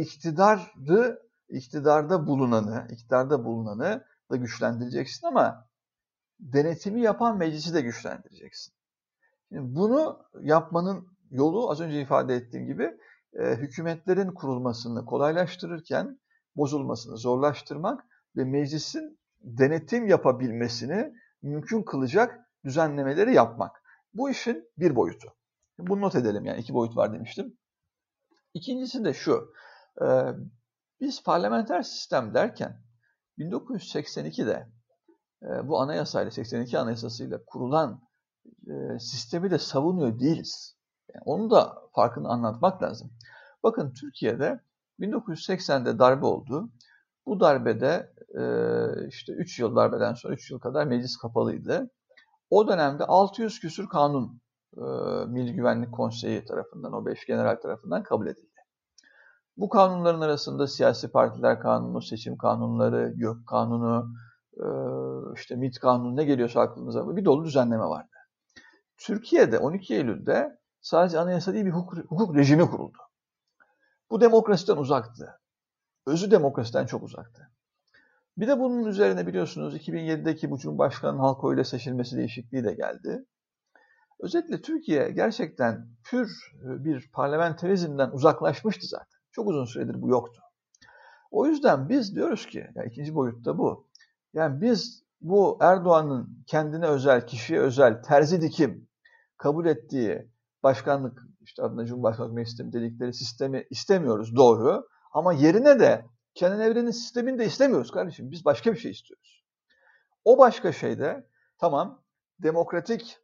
S3: iktidarda bulunanı da güçlendireceksin ama denetimi yapan meclisi de güçlendireceksin. Şimdi bunu yapmanın yolu az önce ifade ettiğim gibi hükümetlerin kurulmasını kolaylaştırırken bozulmasını zorlaştırmak ve meclisin denetim yapabilmesini mümkün kılacak düzenlemeleri yapmak. Bu işin bir boyutu. Bunu not edelim, yani 2 boyut var demiştim. İkincisi de şu, biz parlamenter sistem derken 1982'de bu anayasayla, 82 anayasasıyla kurulan sistemi de savunuyor değiliz. Yani onun da farkını anlatmak lazım. Bakın Türkiye'de 1980'de darbe oldu. Bu darbede işte 3 yıl darbeden sonra 3 yıl kadar meclis kapalıydı. O dönemde 600 küsur kanun Milli Güvenlik Konseyi tarafından, o 5 general tarafından kabul edildi. Bu kanunların arasında siyasi partiler kanunu, seçim kanunları, YÖK kanunu, işte MİT kanunu, ne geliyorsa aklınıza bir dolu düzenleme vardı. Türkiye'de 12 Eylül'de sadece anayasa değil bir hukuk rejimi kuruldu. Bu demokrasiden uzaktı. Özü demokrasiden çok uzaktı. Bir de bunun üzerine biliyorsunuz 2007'deki bu Cumhurbaşkanı'nın halk oyuyla seçilmesi değişikliği de geldi. Özetle Türkiye gerçekten pür bir parlamenterizmden uzaklaşmıştı zaten. Çok uzun süredir bu yoktu. O yüzden biz diyoruz ki, yani ikinci boyutta bu. Yani biz bu Erdoğan'ın kendine özel, kişiye özel, terzi dikim kabul ettiği başkanlık, işte adına Cumhurbaşkanlık Meclisi dedikleri sistemi istemiyoruz, doğru. Ama yerine de Kenan Evren'in sistemini de istemiyoruz kardeşim. Biz başka bir şey istiyoruz. O başka şey de tamam demokratik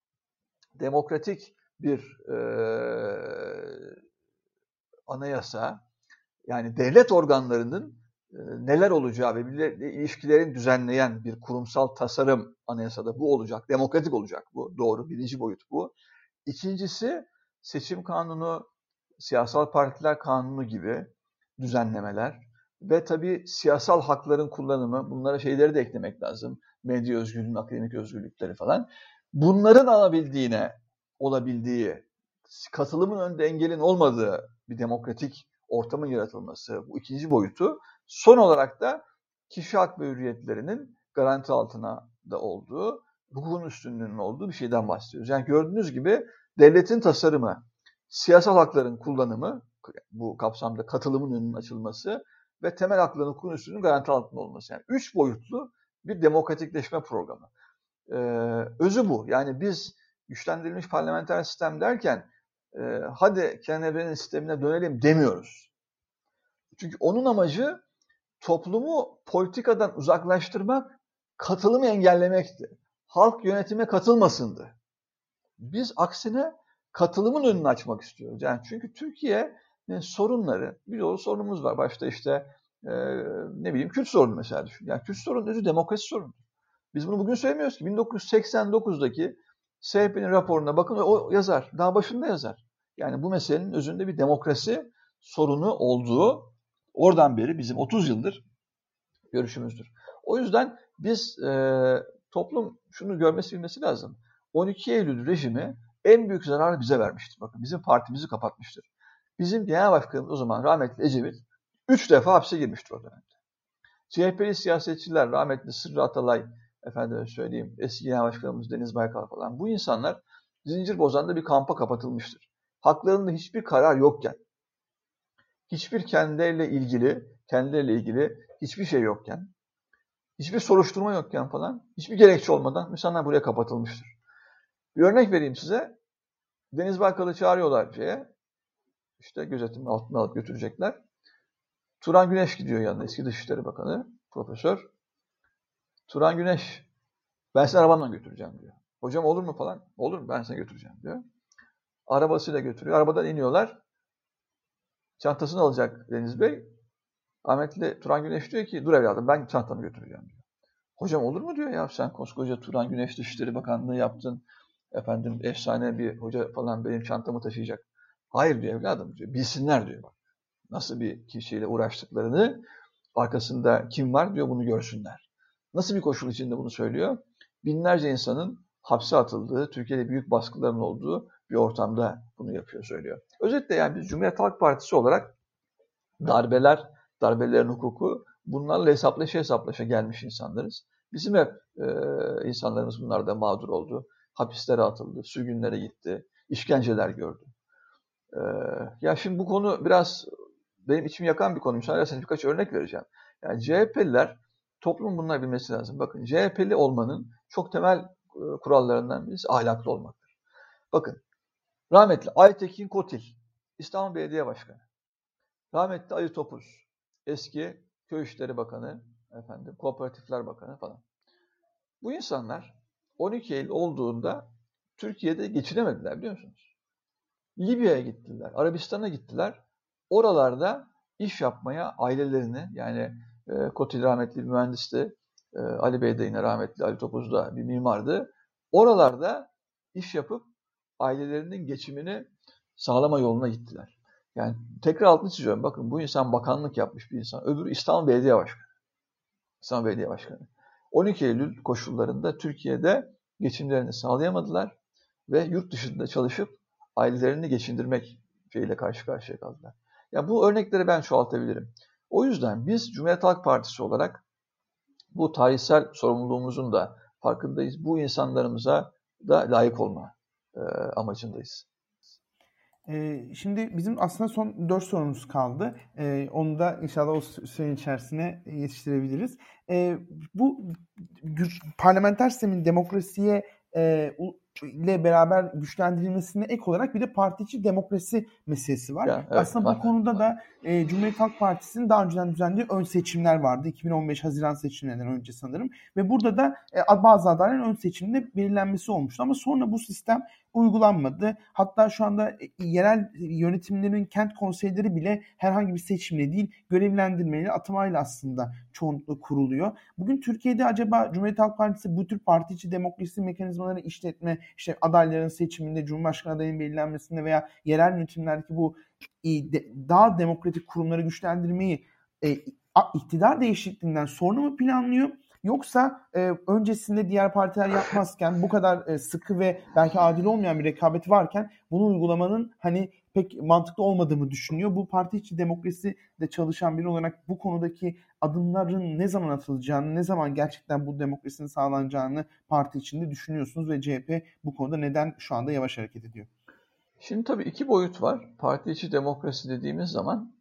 S3: bir anayasa, yani devlet organlarının neler olacağı ve birbirleriyle ilişkilerini düzenleyen bir kurumsal tasarım anayasada bu olacak. Demokratik olacak bu. Doğru. Birinci boyut bu. İkincisi seçim kanunu, siyasal partiler kanunu gibi düzenlemeler ve tabii siyasal hakların kullanımı, bunlara şeyleri de eklemek lazım. Medya özgürlüğü, akademik özgürlükleri falan. Bunların olabildiği, katılımın önünde engelin olmadığı bir demokratik ortamın yaratılması, bu ikinci boyutu. Son olarak da kişi hak ve hürriyetlerinin garanti altına da olduğu, hukukun üstünlüğünün olduğu bir şeyden bahsediyoruz. Yani gördüğünüz gibi devletin tasarımı, siyasal hakların kullanımı, bu kapsamda katılımın önünün açılması ve temel hakların, hukukun üstünlüğünün garanti altında olması. Yani 3 boyutlu bir demokratikleşme programı. Özü bu. Yani biz güçlendirilmiş parlamenter sistem derken hadi Kenan Evren'in sistemine dönelim demiyoruz. Çünkü onun amacı toplumu politikadan uzaklaştırmak, katılımı engellemekti. Halk yönetime katılmasındı. Biz aksine katılımın önünü açmak istiyoruz. Yani çünkü Türkiye'nin sorunları, bir dolu sorunumuz var. Başta işte Kürt sorunu mesela düşün. Yani Kürt sorunun özü demokrasi sorunu. Biz bunu bugün söylemiyoruz ki. 1989'daki CHP'nin raporuna bakın, o yazar. Daha başında yazar. Yani bu meselenin özünde bir demokrasi sorunu olduğu oradan beri bizim 30 yıldır görüşümüzdür. O yüzden biz toplum şunu görmesi bilmesi lazım. 12 Eylül rejimi en büyük zararı bize vermiştir. Bakın bizim partimizi kapatmıştır. Bizim genel başkanımız o zaman rahmetli Ecevit 3 defa hapse girmiştir o dönemde. CHP'li siyasetçiler, rahmetli Sırrı Atalay, efendime söyleyeyim, eski genel başkanımız Deniz Baykal falan, bu insanlar Zincirbozan'da bir kampa kapatılmıştır. Haklarında hiçbir karar yokken, hiçbir kendileriyle ilgili hiçbir şey yokken, hiçbir soruşturma yokken falan, hiçbir gerekçe olmadan insanlar buraya kapatılmıştır. Bir örnek vereyim size. Deniz Baykal'ı çağırıyorlar işte gözetim altına alıp götürecekler. Turan Güneş gidiyor yanına, eski Dışişleri Bakanı, profesör. Turan Güneş, ben seni arabamla götüreceğim diyor. Hocam olur mu falan? Olur, ben seni götüreceğim diyor. Arabasıyla götürüyor. Arabadan iniyorlar. Çantasını alacak Deniz Bey. Rahmetli Turan Güneş diyor ki dur evladım ben çantamı götüreceğim diyor. Hocam olur mu diyor ya sen koskoca Turan Güneş Dışişleri Bakanlığı yaptın. Efendim efsane bir hoca falan benim çantamı taşıyacak. Hayır diyor evladım diyor. Bilsinler diyor bak. Nasıl bir kişiyle uğraştıklarını, arkasında kim var diyor bunu görsünler. Nasıl bir koşul içinde bunu söylüyor? Binlerce insanın hapse atıldığı, Türkiye'de büyük baskıların olduğu bir ortamda bunu yapıyor, söylüyor. Özetle yani biz Cumhuriyet Halk Partisi olarak darbelerin hukuku bunlarla hesaplaşa gelmiş insanlarız. Bizim hep insanlarımız bunlarda mağdur oldu. Hapislere atıldı, sürgünlere gitti, işkenceler gördü. Ya şimdi bu konu biraz benim içimi yakan bir konu. Müsaade ederseniz birkaç örnek vereceğim. Yani CHP'liler, toplumun bunları bilmesi lazım. Bakın CHP'li olmanın çok temel kurallarından birisi ahlaklı olmaktır. Bakın rahmetli Aytekin Kotil, İstanbul Belediye Başkanı. Rahmetli Ali Topuz, eski Köy İşleri Bakanı, Kooperatifler Bakanı falan. Bu insanlar 12 Eylül olduğunda Türkiye'de geçinemediler biliyor musunuz? Libya'ya gittiler, Arabistan'a gittiler. Oralarda iş yapmaya ailelerini, yani Kotil rahmetli bir mühendisti, Ali Bey de yine rahmetli, Ali Topuz da bir mimardı. Oralarda iş yapıp ailelerinin geçimini sağlama yoluna gittiler. Yani tekrar altını çiziyorum. Bakın bu insan bakanlık yapmış bir insan. Öbürü İstanbul Belediye Başkanı. İstanbul Belediye Başkanı. 12 Eylül koşullarında Türkiye'de geçimlerini sağlayamadılar ve yurt dışında çalışıp ailelerini geçindirmek şeyiyle karşı karşıya kaldılar. Ya bu örnekleri ben çoğaltabilirim. O yüzden biz Cumhuriyet Halk Partisi olarak bu tarihsel sorumluluğumuzun da farkındayız. Bu insanlarımıza da layık olma amacındayız.
S1: Şimdi bizim aslında son 4 sorumuz kaldı. Onu da inşallah o sürenin içerisine yetiştirebiliriz. Bu parlamenter sistemin demokrasiye ile beraber güçlendirilmesine ek olarak bir de parti içi demokrasi meselesi var. Ya, evet, aslında bu konuda da Cumhuriyet Halk Partisi'nin daha önceden düzenlediği ön seçimler vardı. 2015 Haziran seçimlerinden önce sanırım. Ve burada da bazı adayların ön seçimde belirlenmesi olmuştu. Ama sonra bu sistem uygulanmadı. Hatta şu anda yerel yönetimlerin kent konseyleri bile herhangi bir seçimle değil, görevlendirmeyle, atamayla aslında çoğunlukla kuruluyor. Bugün Türkiye'de acaba Cumhuriyet Halk Partisi bu tür parti içi demokrasi mekanizmaları işletme, işte adayların seçiminde, Cumhurbaşkanı adayının belirlenmesinde veya yerel yönetimlerdeki bu daha demokratik kurumları güçlendirmeyi iktidar değişikliğinden sonra mı planlıyor? Yoksa öncesinde diğer partiler yapmazken bu kadar sıkı ve belki adil olmayan bir rekabet varken bunu uygulamanın hani pek mantıklı olmadığını düşünüyor. Bu parti içi demokrasi de çalışan biri olarak bu konudaki adımların ne zaman atılacağını, ne zaman gerçekten bu demokrasinin sağlanacağını parti içinde düşünüyorsunuz ve CHP bu konuda neden şu anda yavaş hareket ediyor?
S3: Şimdi tabii iki boyut var. Parti içi demokrasi dediğimiz zaman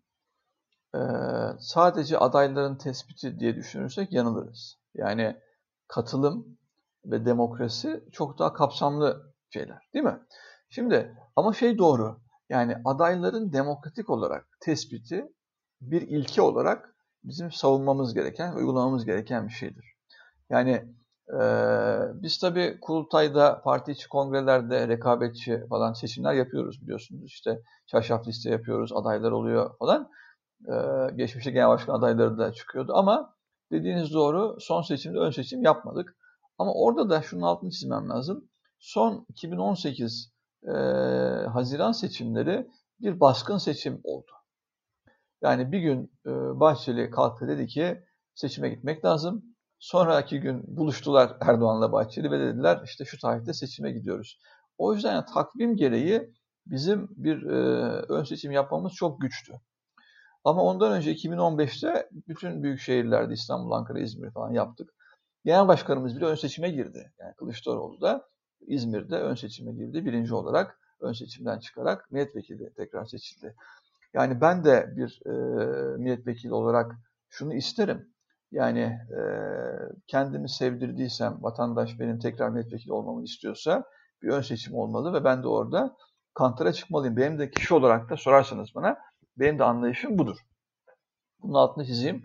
S3: sadece adayların tespiti diye düşünürsek yanılırız. Yani katılım ve demokrasi çok daha kapsamlı şeyler, değil mi? Şimdi ama doğru. Yani adayların demokratik olarak tespiti bir ilke olarak bizim savunmamız gereken, uygulamamız gereken bir şeydir. Yani biz tabii kurultayda, parti içi kongrelerde rekabetçi falan seçimler yapıyoruz biliyorsunuz. İşte çarşaf liste yapıyoruz, adaylar oluyor falan. Geçmişte genel başkan adayları da çıkıyordu ama dediğiniz doğru, son seçimde ön seçim yapmadık. Ama orada da şunun altını çizmem lazım. Son 2018 Haziran seçimleri bir baskın seçim oldu. Yani bir gün Bahçeli kalktı dedi ki seçime gitmek lazım. Sonraki gün buluştular Erdoğan'la Bahçeli ve dediler işte şu tarihte seçime gidiyoruz. O yüzden yani takvim gereği bizim bir ön seçim yapmamız çok güçtü. Ama ondan önce 2015'te bütün büyük şehirlerde İstanbul, Ankara, İzmir falan yaptık. Genel başkanımız bile ön seçime girdi. Yani Kılıçdaroğlu da İzmir'de ön seçime girdi. Birinci olarak ön seçimden çıkarak milletvekili tekrar seçildi. Yani ben de bir milletvekili olarak şunu isterim. Yani kendimi sevdirdiysem, vatandaş benim tekrar milletvekili olmamı istiyorsa bir ön seçim olmalı ve ben de orada kantıra çıkmalıyım. Benim de kişi olarak da sorarsanız bana, benim de anlayışım budur. Bunun altını çizeyim.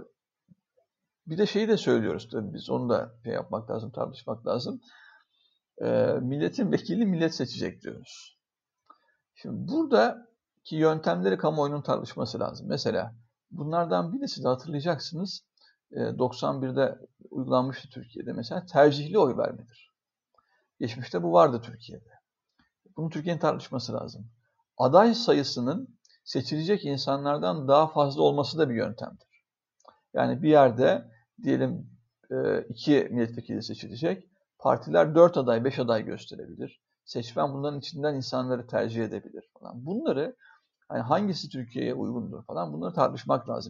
S3: Bir de şeyi de söylüyoruz tabii biz. Onu da yapmak lazım, tartışmak lazım. Milletin vekili millet seçecek diyoruz. Şimdi buradaki yöntemleri kamuoyunun tartışması lazım. Mesela bunlardan birisi de hatırlayacaksınız 91'de uygulanmıştı Türkiye'de mesela tercihli oy vermedir. Geçmişte bu vardı Türkiye'de. Bunu Türkiye'nin tartışması lazım. Aday sayısının seçilecek insanlardan daha fazla olması da bir yöntemdir. Yani bir yerde diyelim 2 milletvekili seçilecek. Partiler 4 aday, 5 aday gösterebilir. Seçmen bunların içinden insanları tercih edebilir falan. Bunları yani hangisi Türkiye'ye uygundur falan bunları tartışmak lazım.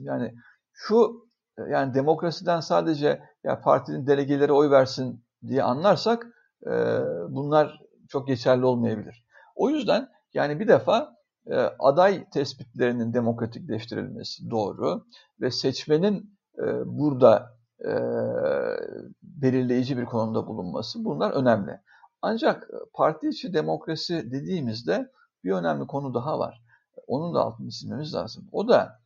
S3: Yani demokrasiden sadece ya partinin delegeleri oy versin diye anlarsak bunlar çok geçerli olmayabilir. O yüzden yani bir defa aday tespitlerinin demokratikleştirilmesi doğru ve seçmenin burada belirleyici bir konumda bulunması bunlar önemli. Ancak parti içi demokrasi dediğimizde bir önemli konu daha var. Onun da altını çizmemiz lazım. O da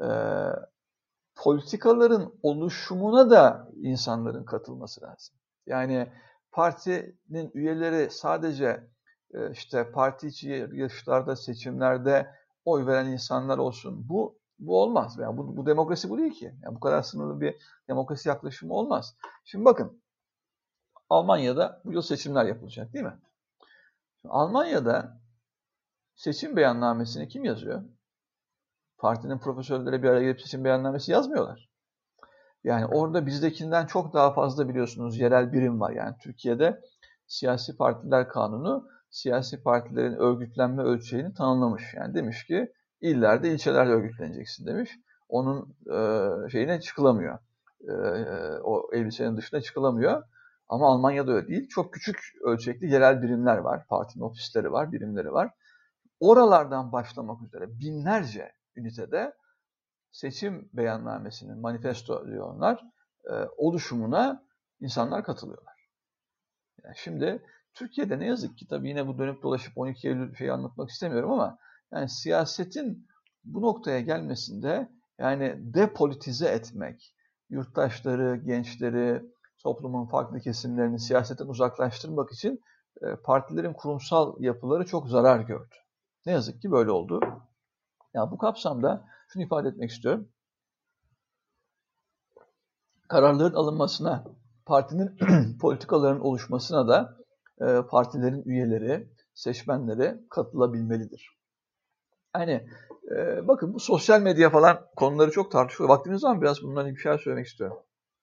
S3: politikaların oluşumuna da insanların katılması lazım. Yani partinin üyeleri sadece işte parti içi yarışlarda, seçimlerde oy veren insanlar olsun. Bu olmaz. Yani bu demokrasi bu değil ki. Yani bu kadar sınırlı bir demokrasi yaklaşımı olmaz. Şimdi bakın Almanya'da bu yıl seçimler yapılacak değil mi? Şimdi Almanya'da seçim beyannamesini kim yazıyor? Partinin profesörleri bir araya gelip seçim beyannamesi yazmıyorlar. Yani orada bizdekinden çok daha fazla biliyorsunuz yerel birim var. Yani Türkiye'de siyasi partiler kanunu siyasi partilerin örgütlenme ölçeğini tanımlamış. Yani demiş ki illerde, ilçelerde örgütleneceksin demiş. Onun şeyine çıkılamıyor. O elbisenin dışına çıkılamıyor. Ama Almanya'da öyle değil. Çok küçük ölçekli yerel birimler var. Partinin ofisleri var, birimleri var. Oralardan başlamak üzere binlerce ünitede seçim beyannamesinin, manifesto diyor onlar, oluşumuna insanlar katılıyorlar. Yani şimdi Türkiye'de ne yazık ki tabii yine bu dönüp dolaşıp 12 Eylül şeyi anlatmak istemiyorum ama yani siyasetin bu noktaya gelmesinde yani depolitize etmek, yurttaşları, gençleri, toplumun farklı kesimlerini siyasetten uzaklaştırmak için partilerin kurumsal yapıları çok zarar gördü. Ne yazık ki böyle oldu. Yani bu kapsamda şunu ifade etmek istiyorum. Kararların alınmasına, partinin politikaların oluşmasına da partilerin üyeleri, seçmenleri katılabilmelidir. Yani bakın bu sosyal medya falan konuları çok tartışılıyor. Vaktiniz var mı? Biraz bundan bir şeyler söylemek istiyorum.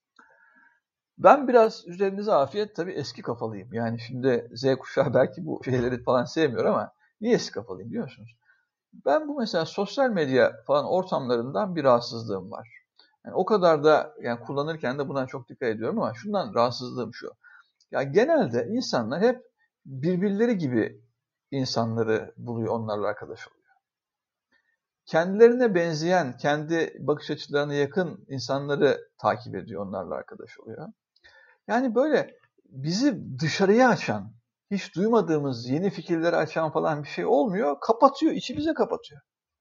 S3: Ben biraz üzerinize afiyet tabii eski kafalıyım. Yani şimdi Z kuşağı belki bu şeyleri falan sevmiyor ama niye eski kafalıyım biliyor musunuz? Ben bu mesela sosyal medya falan ortamlarından bir rahatsızlığım var. Yani o kadar da yani kullanırken de buna çok dikkat ediyorum ama şundan rahatsızlığım şu. Ya genelde insanlar hep birbirleri gibi insanları buluyor, onlarla arkadaş oluyor. Kendilerine benzeyen, kendi bakış açılarına yakın insanları takip ediyor, onlarla arkadaş oluyor. Yani böyle bizi dışarıya açan, hiç duymadığımız yeni fikirleri açan falan bir şey olmuyor. Kapatıyor, içimize kapatıyor.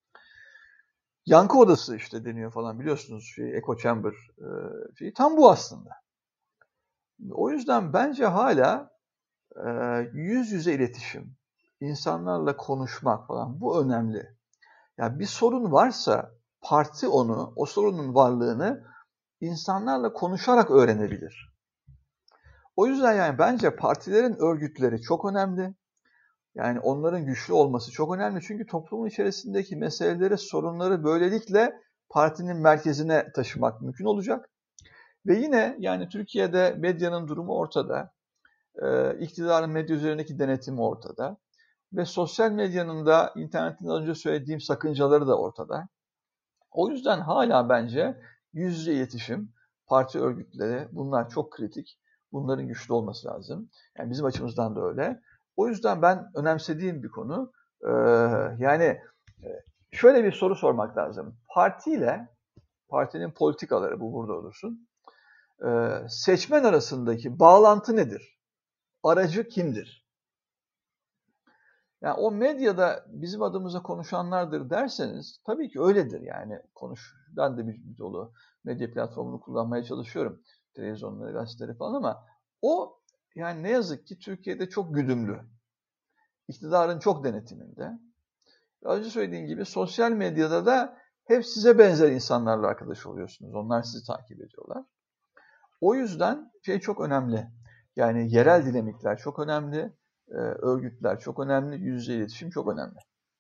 S3: Yankı odası işte deniyor falan biliyorsunuz echo chamber şeyi tam bu aslında. O yüzden bence hala yüz yüze iletişim, insanlarla konuşmak falan bu önemli. Yani bir sorun varsa parti o sorunun varlığını insanlarla konuşarak öğrenebilir. O yüzden yani bence partilerin örgütleri çok önemli. Yani onların güçlü olması çok önemli. Çünkü toplumun içerisindeki meseleleri, sorunları böylelikle partinin merkezine taşımak mümkün olacak. Ve yine yani Türkiye'de medyanın durumu ortada. İktidarın medya üzerindeki denetimi ortada. Ve sosyal medyanın da internetin az önce söylediğim sakıncaları da ortada. O yüzden hala bence yüz yüze iletişim, parti örgütleri bunlar çok kritik. Bunların güçlü olması lazım. Yani bizim açımızdan da öyle. O yüzden ben önemsediğim bir konu. Yani şöyle bir soru sormak lazım. Partinin politikaları bu burada olursun. Seçmen arasındaki bağlantı nedir? Aracı kimdir? Yani o medyada bizim adımıza konuşanlardır derseniz tabii ki öyledir yani. Ben de bir dolu medya platformunu kullanmaya çalışıyorum. Televizyonları, gazeteleri falan ama o yani ne yazık ki Türkiye'de çok güdümlü. İktidarın çok denetiminde. Az önce söylediğim gibi sosyal medyada da hep size benzer insanlarla arkadaş oluyorsunuz. Onlar sizi takip ediyorlar. O yüzden şey çok önemli. Yani yerel dinamikler çok önemli. Örgütler çok önemli. Yüz yüze iletişim çok önemli.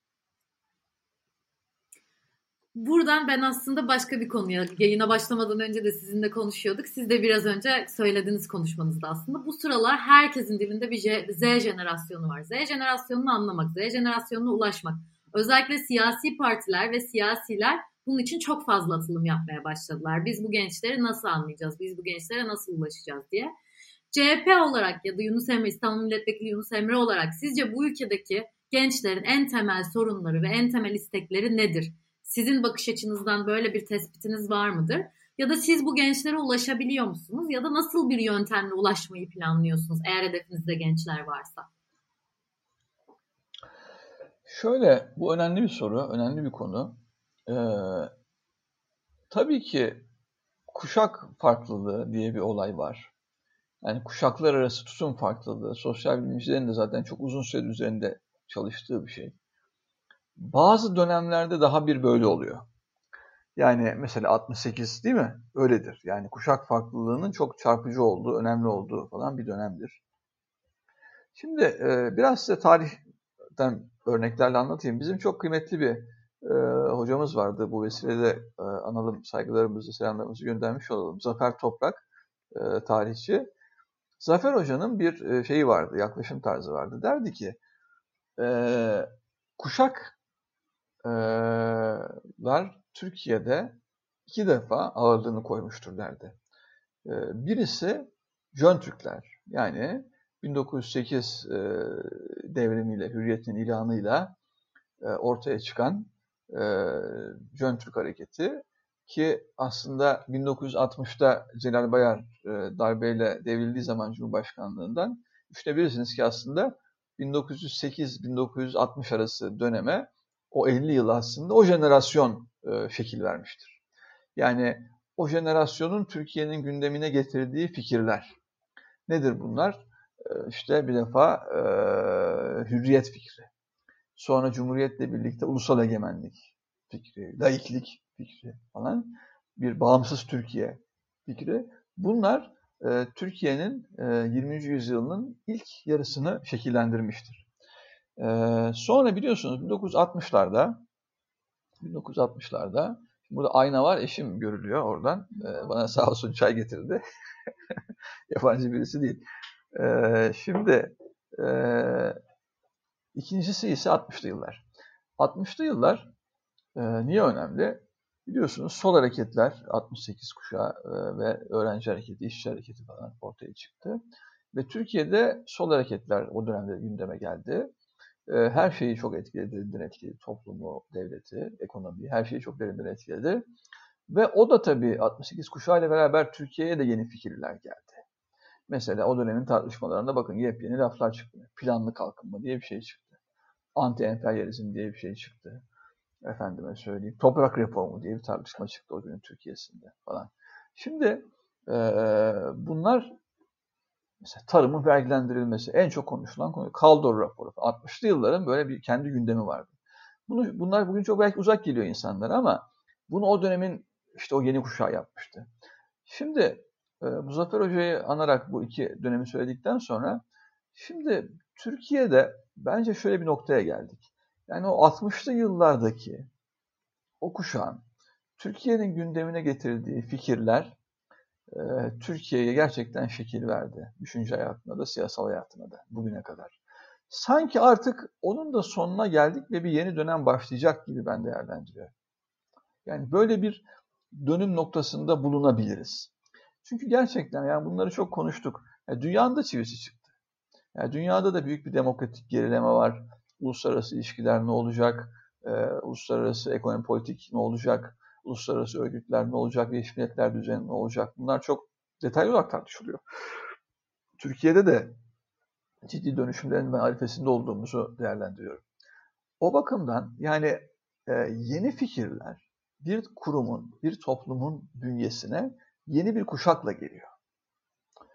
S2: Buradan ben aslında başka bir konuya, yayına başlamadan önce de sizinle konuşuyorduk. Siz de biraz önce söylediğiniz konuşmanızda aslında. Bu sıralar herkesin dilinde bir Z jenerasyonu var. Z jenerasyonunu anlamak, Z jenerasyonuna ulaşmak. Özellikle siyasi partiler ve siyasiler bunun için çok fazla atılım yapmaya başladılar. Biz bu gençleri nasıl anlayacağız, biz bu gençlere nasıl ulaşacağız diye. CHP olarak ya da Yunus Emre, İstanbul Milletvekili Yunus Emre olarak sizce bu ülkedeki gençlerin en temel sorunları ve en temel istekleri nedir? Sizin bakış açınızdan böyle bir tespitiniz var mıdır? Ya da siz bu gençlere ulaşabiliyor musunuz? Ya da nasıl bir yöntemle ulaşmayı planlıyorsunuz eğer hedefinizde gençler varsa?
S3: Şöyle, bu önemli bir soru, önemli bir konu. Tabii ki kuşak farklılığı diye bir olay var. Yani kuşaklar arası tutum farklılığı, sosyal bilimcilerin de zaten çok uzun süre üzerinde çalıştığı bir şey. Bazı dönemlerde daha bir böyle oluyor. Yani mesela 68 değil mi? Öyledir. Yani kuşak farklılığının çok çarpıcı olduğu, önemli olduğu falan bir dönemdir. Şimdi biraz size tarihten örneklerle anlatayım. Bizim çok kıymetli bir hocamız vardı. Bu vesileyle analım, saygılarımızı, selamlarımızı göndermiş olalım. Zafer Toprak, tarihçi. Zafer Hoca'nın bir şeyi vardı, yaklaşım tarzı vardı. Derdi ki, kuşaklar Türkiye'de 2 defa ağırlığını koymuştur derdi. Birisi Jön Türkler, yani 1908 devrimiyle, Hürriyet'in ilanıyla ortaya çıkan Jön Türk hareketi ki aslında 1960'da Celal Bayar darbeyle devrildiği zaman Cumhurbaşkanlığından düşünebilirsiniz ki aslında 1908-1960 arası döneme o 50 yıl aslında o jenerasyon şekil vermiştir. Yani o jenerasyonun Türkiye'nin gündemine getirdiği fikirler. Nedir bunlar? İşte bir defa hürriyet fikri. Sonra Cumhuriyet'le birlikte ulusal egemenlik fikri, laiklik fikri falan, bir bağımsız Türkiye fikri. Bunlar Türkiye'nin 20. yüzyılının ilk yarısını şekillendirmiştir. Sonra biliyorsunuz 1960'larda burada ayna var, eşim görülüyor oradan. Bana sağ olsun çay getirdi. Yabancı birisi değil. Şimdi ikincisi ise 60'lı yıllar. 60'lı yıllar niye önemli? Biliyorsunuz sol hareketler, 68 kuşağı ve öğrenci hareketi, işçi hareketi falan ortaya çıktı. Ve Türkiye'de sol hareketler o dönemde gündeme geldi. Her şeyi çok etkiledi, derinden etkiledi. Toplumu, devleti, ekonomiyi, her şeyi çok derinden etkiledi. Ve o da tabii 68 kuşağıyla beraber Türkiye'ye de yeni fikirler geldi. Mesela o dönemin tartışmalarında bakın yepyeni laflar çıktı. Planlı kalkınma diye bir şey çıktı. Anti-emperyalizm diye bir şey çıktı. Efendime söyleyeyim, toprak reformu diye bir tartışma çıktı o günün Türkiye'sinde falan. Şimdi bunlar mesela tarımın vergilendirilmesi en çok konuşulan konu. Kaldor raporu. 60'lı yılların böyle bir kendi gündemi vardı. Bunlar bugün çok belki uzak geliyor insanlara ama bunu o dönemin işte o yeni kuşağı yapmıştı. Şimdi Muzaffer Hoca'yı anarak bu iki dönemi söyledikten sonra şimdi Türkiye'de bence şöyle bir noktaya geldik. Yani o 60'lı yıllardaki o kuşağın Türkiye'nin gündemine getirdiği fikirler Türkiye'ye gerçekten şekil verdi. Düşünce hayatına da, siyasal hayatına da bugüne kadar. Sanki artık onun da sonuna geldik ve bir yeni dönem başlayacak gibi ben değerlendiriyorum. Yani böyle bir dönüm noktasında bulunabiliriz. Çünkü gerçekten yani bunları çok konuştuk. Yani dünyanın da çivisi çıktı. Yani dünyada da büyük bir demokratik gerileme var. Uluslararası ilişkiler ne olacak? Uluslararası ekonomi politik ne olacak? Uluslararası örgütler ne olacak? Birleşmiş Milletler düzeni ne olacak? Bunlar çok detaylı olarak tartışılıyor. Türkiye'de de ciddi dönüşümlerin ben arifesinde olduğumuzu değerlendiriyorum. O bakımdan yani yeni fikirler bir kurumun, bir toplumun bünyesine yeni bir kuşakla geliyor.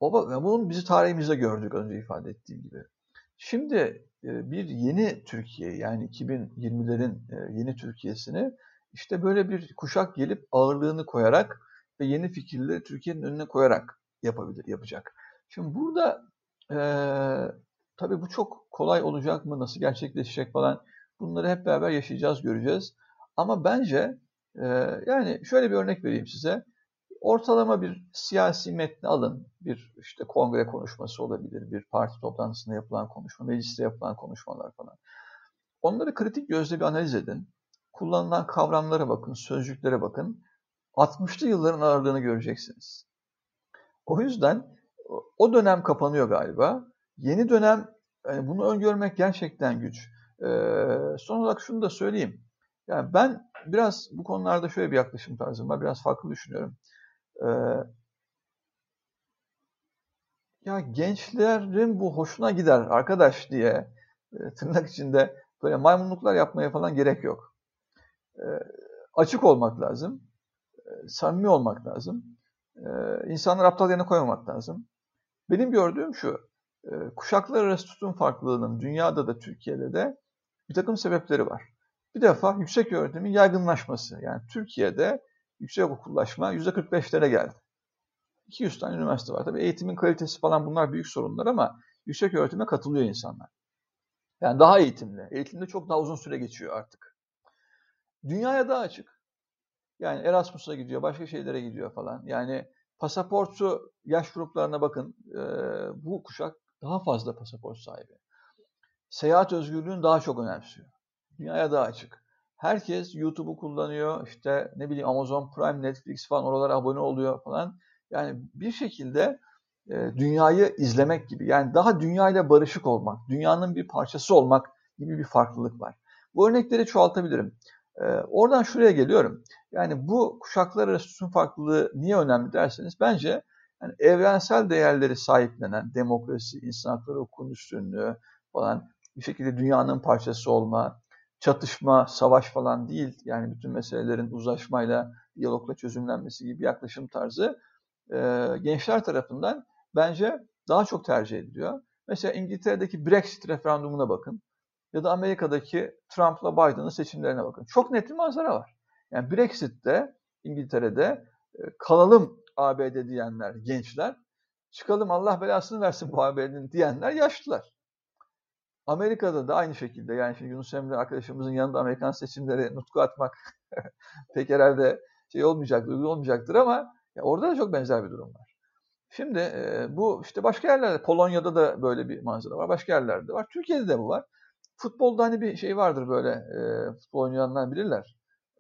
S3: Bunun bizi tarihimizde gördük, önce ifade ettiğim gibi. Şimdi bir yeni Türkiye, yani 2020'lerin yeni Türkiye'sini işte böyle bir kuşak gelip ağırlığını koyarak ve yeni fikirleri Türkiye'nin önüne koyarak yapacak. Şimdi burada tabii bu çok kolay olacak mı, nasıl gerçekleşecek falan, bunları hep beraber yaşayacağız, göreceğiz. Ama bence yani şöyle bir örnek vereyim size. Ortalama bir siyasi metni alın, bir işte kongre konuşması olabilir, bir parti toplantısında yapılan konuşma, mecliste yapılan konuşmalar falan. Onları kritik gözle bir analiz edin. Kullanılan kavramlara bakın, sözcüklere bakın. 60'lı yılların ağırlığını göreceksiniz. O yüzden o dönem kapanıyor galiba. Yeni dönem, yani bunu öngörmek gerçekten güç. Son olarak şunu da söyleyeyim. Yani ben biraz bu konularda şöyle bir yaklaşım tarzım var, biraz farklı düşünüyorum. Ya gençlerin bu hoşuna gider arkadaş diye tırnak içinde böyle maymunluklar yapmaya falan gerek yok. Açık olmak lazım, samimi olmak lazım, insanları aptal yerine koymamak lazım. Benim gördüğüm şu, kuşaklar arası tutum farklılığının dünyada da Türkiye'de de bir takım sebepleri var. Bir defa yüksek öğretimin yaygınlaşması, yani Türkiye'de yüksek okullaşma %45'lere geldi. 200 tane üniversite var. Tabii eğitimin kalitesi falan, bunlar büyük sorunlar ama yüksek öğretime katılıyor insanlar. Yani daha eğitimli. Eğitimde çok daha uzun süre geçiyor artık. Dünyaya daha açık. Yani Erasmus'a gidiyor, başka şeylere gidiyor falan. Yani pasaportu yaş gruplarına bakın. Bu kuşak daha fazla pasaport sahibi. Seyahat özgürlüğünü daha çok önemsiyor. Dünyaya daha açık. Herkes YouTube'u kullanıyor. İşte ne bileyim Amazon Prime, Netflix falan, oralara abone oluyor falan. Yani bir şekilde dünyayı izlemek gibi, yani daha dünyayla barışık olmak, dünyanın bir parçası olmak gibi bir farklılık var. Bu örnekleri çoğaltabilirim. Oradan şuraya geliyorum. Yani bu kuşaklar arası tutum farklılığı niye önemli derseniz, bence yani evrensel değerleri sahiplenen, demokrasi, insan hakları, hukukun üstünlüğü falan, bir şekilde dünyanın parçası olma, çatışma, savaş falan değil, yani bütün meselelerin uzlaşmayla, diyalogla çözümlenmesi gibi yaklaşım tarzı gençler tarafından bence daha çok tercih ediliyor. Mesela İngiltere'deki Brexit referandumuna bakın ya da Amerika'daki Trump'la Biden'ın seçimlerine bakın. Çok net bir manzara var. Yani Brexit'te, İngiltere'de kalalım ABD diyenler gençler, çıkalım Allah belasını versin bu ABD'nin diyenler yaşlılar. Amerika'da da aynı şekilde, yani şimdi Yunus Emre arkadaşımızın yanında Amerikan seçimleri nutku atmak pek herhalde olmayacak, uygun olmayacaktır ama ya orada da çok benzer bir durum var. Şimdi bu işte başka yerlerde, Polonya'da da böyle bir manzara var, başka yerlerde var, Türkiye'de de bu var. Futbolda hani bir şey vardır böyle, futbol oynayanlar bilirler.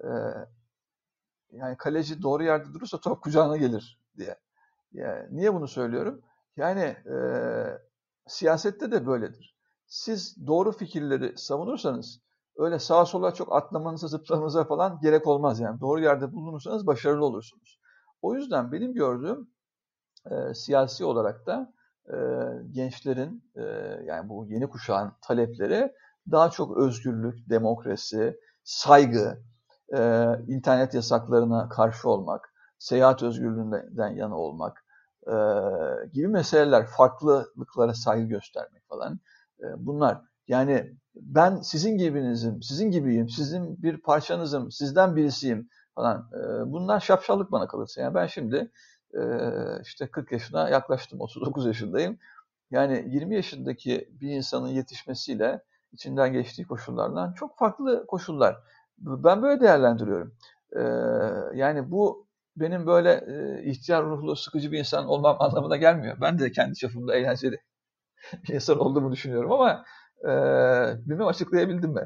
S3: Yani kaleci doğru yerde durursa top kucağına gelir diye. Yani niye bunu söylüyorum? Yani siyasette de böyledir. Siz doğru fikirleri savunursanız öyle sağa sola çok atlamanıza, zıplamanıza falan gerek olmaz yani. Doğru yerde bulunursanız başarılı olursunuz. O yüzden benim gördüğüm siyasi olarak da gençlerin, yani bu yeni kuşağın talepleri daha çok özgürlük, demokrasi, saygı, internet yasaklarına karşı olmak, seyahat özgürlüğünden yana olmak gibi meseleler, farklılıklara saygı göstermek falan. Bunlar, yani ben sizin gibinizim, sizin gibiyim, sizin bir parçanızım, sizden birisiyim falan. Bunlar şapşallık bana kalırsa. Yani ben şimdi işte 40 yaşına yaklaştım, 39 yaşındayım. Yani 20 yaşındaki bir insanın yetişmesiyle içinden geçtiği koşullardan çok farklı koşullar. Ben böyle değerlendiriyorum. Yani bu benim böyle ihtiyar ruhlu, sıkıcı bir insan olmam anlamına gelmiyor. Ben de kendi çapımda eğlenceli bir insan olduğumu düşünüyorum ama bilmem açıklayabildim mi?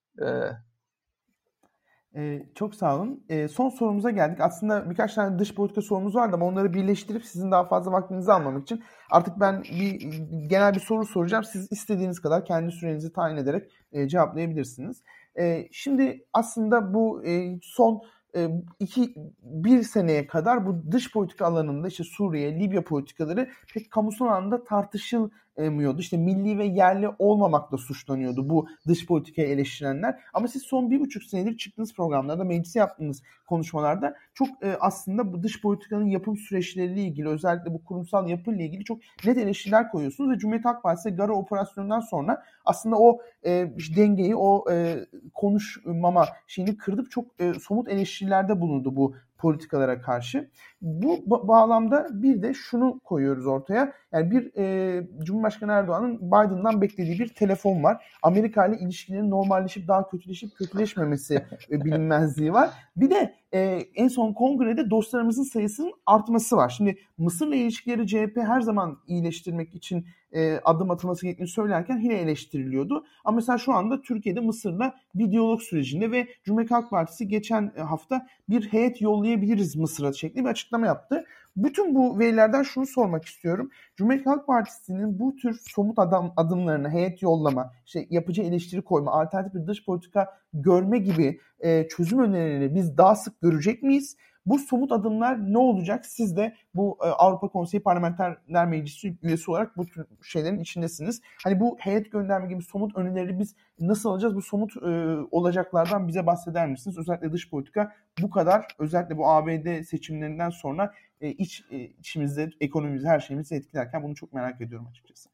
S1: Çok sağ olun. Son sorumuza geldik. Aslında birkaç tane dış politika sorumuz vardı ama onları birleştirip sizin daha fazla vaktinizi almamak için artık ben genel bir soru soracağım. Siz istediğiniz kadar kendi sürenizi tayin ederek cevaplayabilirsiniz. Şimdi aslında bu son bir seneye kadar bu dış politika alanında işte Suriye, Libya politikaları pek kamusal alanda suçlanmıyordu. İşte milli ve yerli olmamakla suçlanıyordu bu dış politikayı eleştirenler. Ama siz son 1,5 senedir çıktığınız programlarda, meclise yaptığınız konuşmalarda çok aslında bu dış politikanın yapım süreçleriyle ilgili, özellikle bu kurumsal yapıyla ilgili çok net eleştiriler koyuyorsunuz ve Cumhuriyet Halk Partisi Gara operasyonundan sonra aslında o dengeyi, o konuşmama şeyini kırdıp çok somut eleştirilerde bulundu bu politikalara karşı. Bu bağlamda bir de şunu koyuyoruz ortaya. Yani bir Cumhurbaşkanı Erdoğan'ın Biden'dan beklediği bir telefon var. Amerika ile ilişkilerin normalleşip daha kötüleşmemesi bilinmezliği var. Bir de en son kongrede dostlarımızın sayısının artması var. Şimdi Mısır'la ilişkileri CHP her zaman iyileştirmek için adım atılması gerektiğini söylerken yine eleştiriliyordu. Ama mesela şu anda Türkiye'de Mısır'la bir diyalog sürecinde ve Cumhuriyet Halk Partisi geçen hafta bir heyet yollayabiliriz Mısır'a şeklinde bir açıklama yaptı. Bütün bu verilerden şunu sormak istiyorum. Cumhuriyet Halk Partisi'nin bu tür somut adımlarını, heyet yollama, işte yapıcı eleştiri koyma, alternatif bir dış politika görme gibi çözüm önerileri biz daha sık görecek miyiz? Bu somut adımlar ne olacak? Siz de bu Avrupa Konseyi Parlamenterler Meclisi üyesi olarak bu tür şeylerin içindesiniz. Hani bu heyet gönderme gibi somut önerileri biz nasıl alacağız? Bu somut olacaklardan bize bahseder misiniz? Özellikle dış politika bu kadar, özellikle bu ABD seçimlerinden sonra içimizde, ekonomimizi, her şeyimizi etkilerken bunu çok merak ediyorum açıkçası.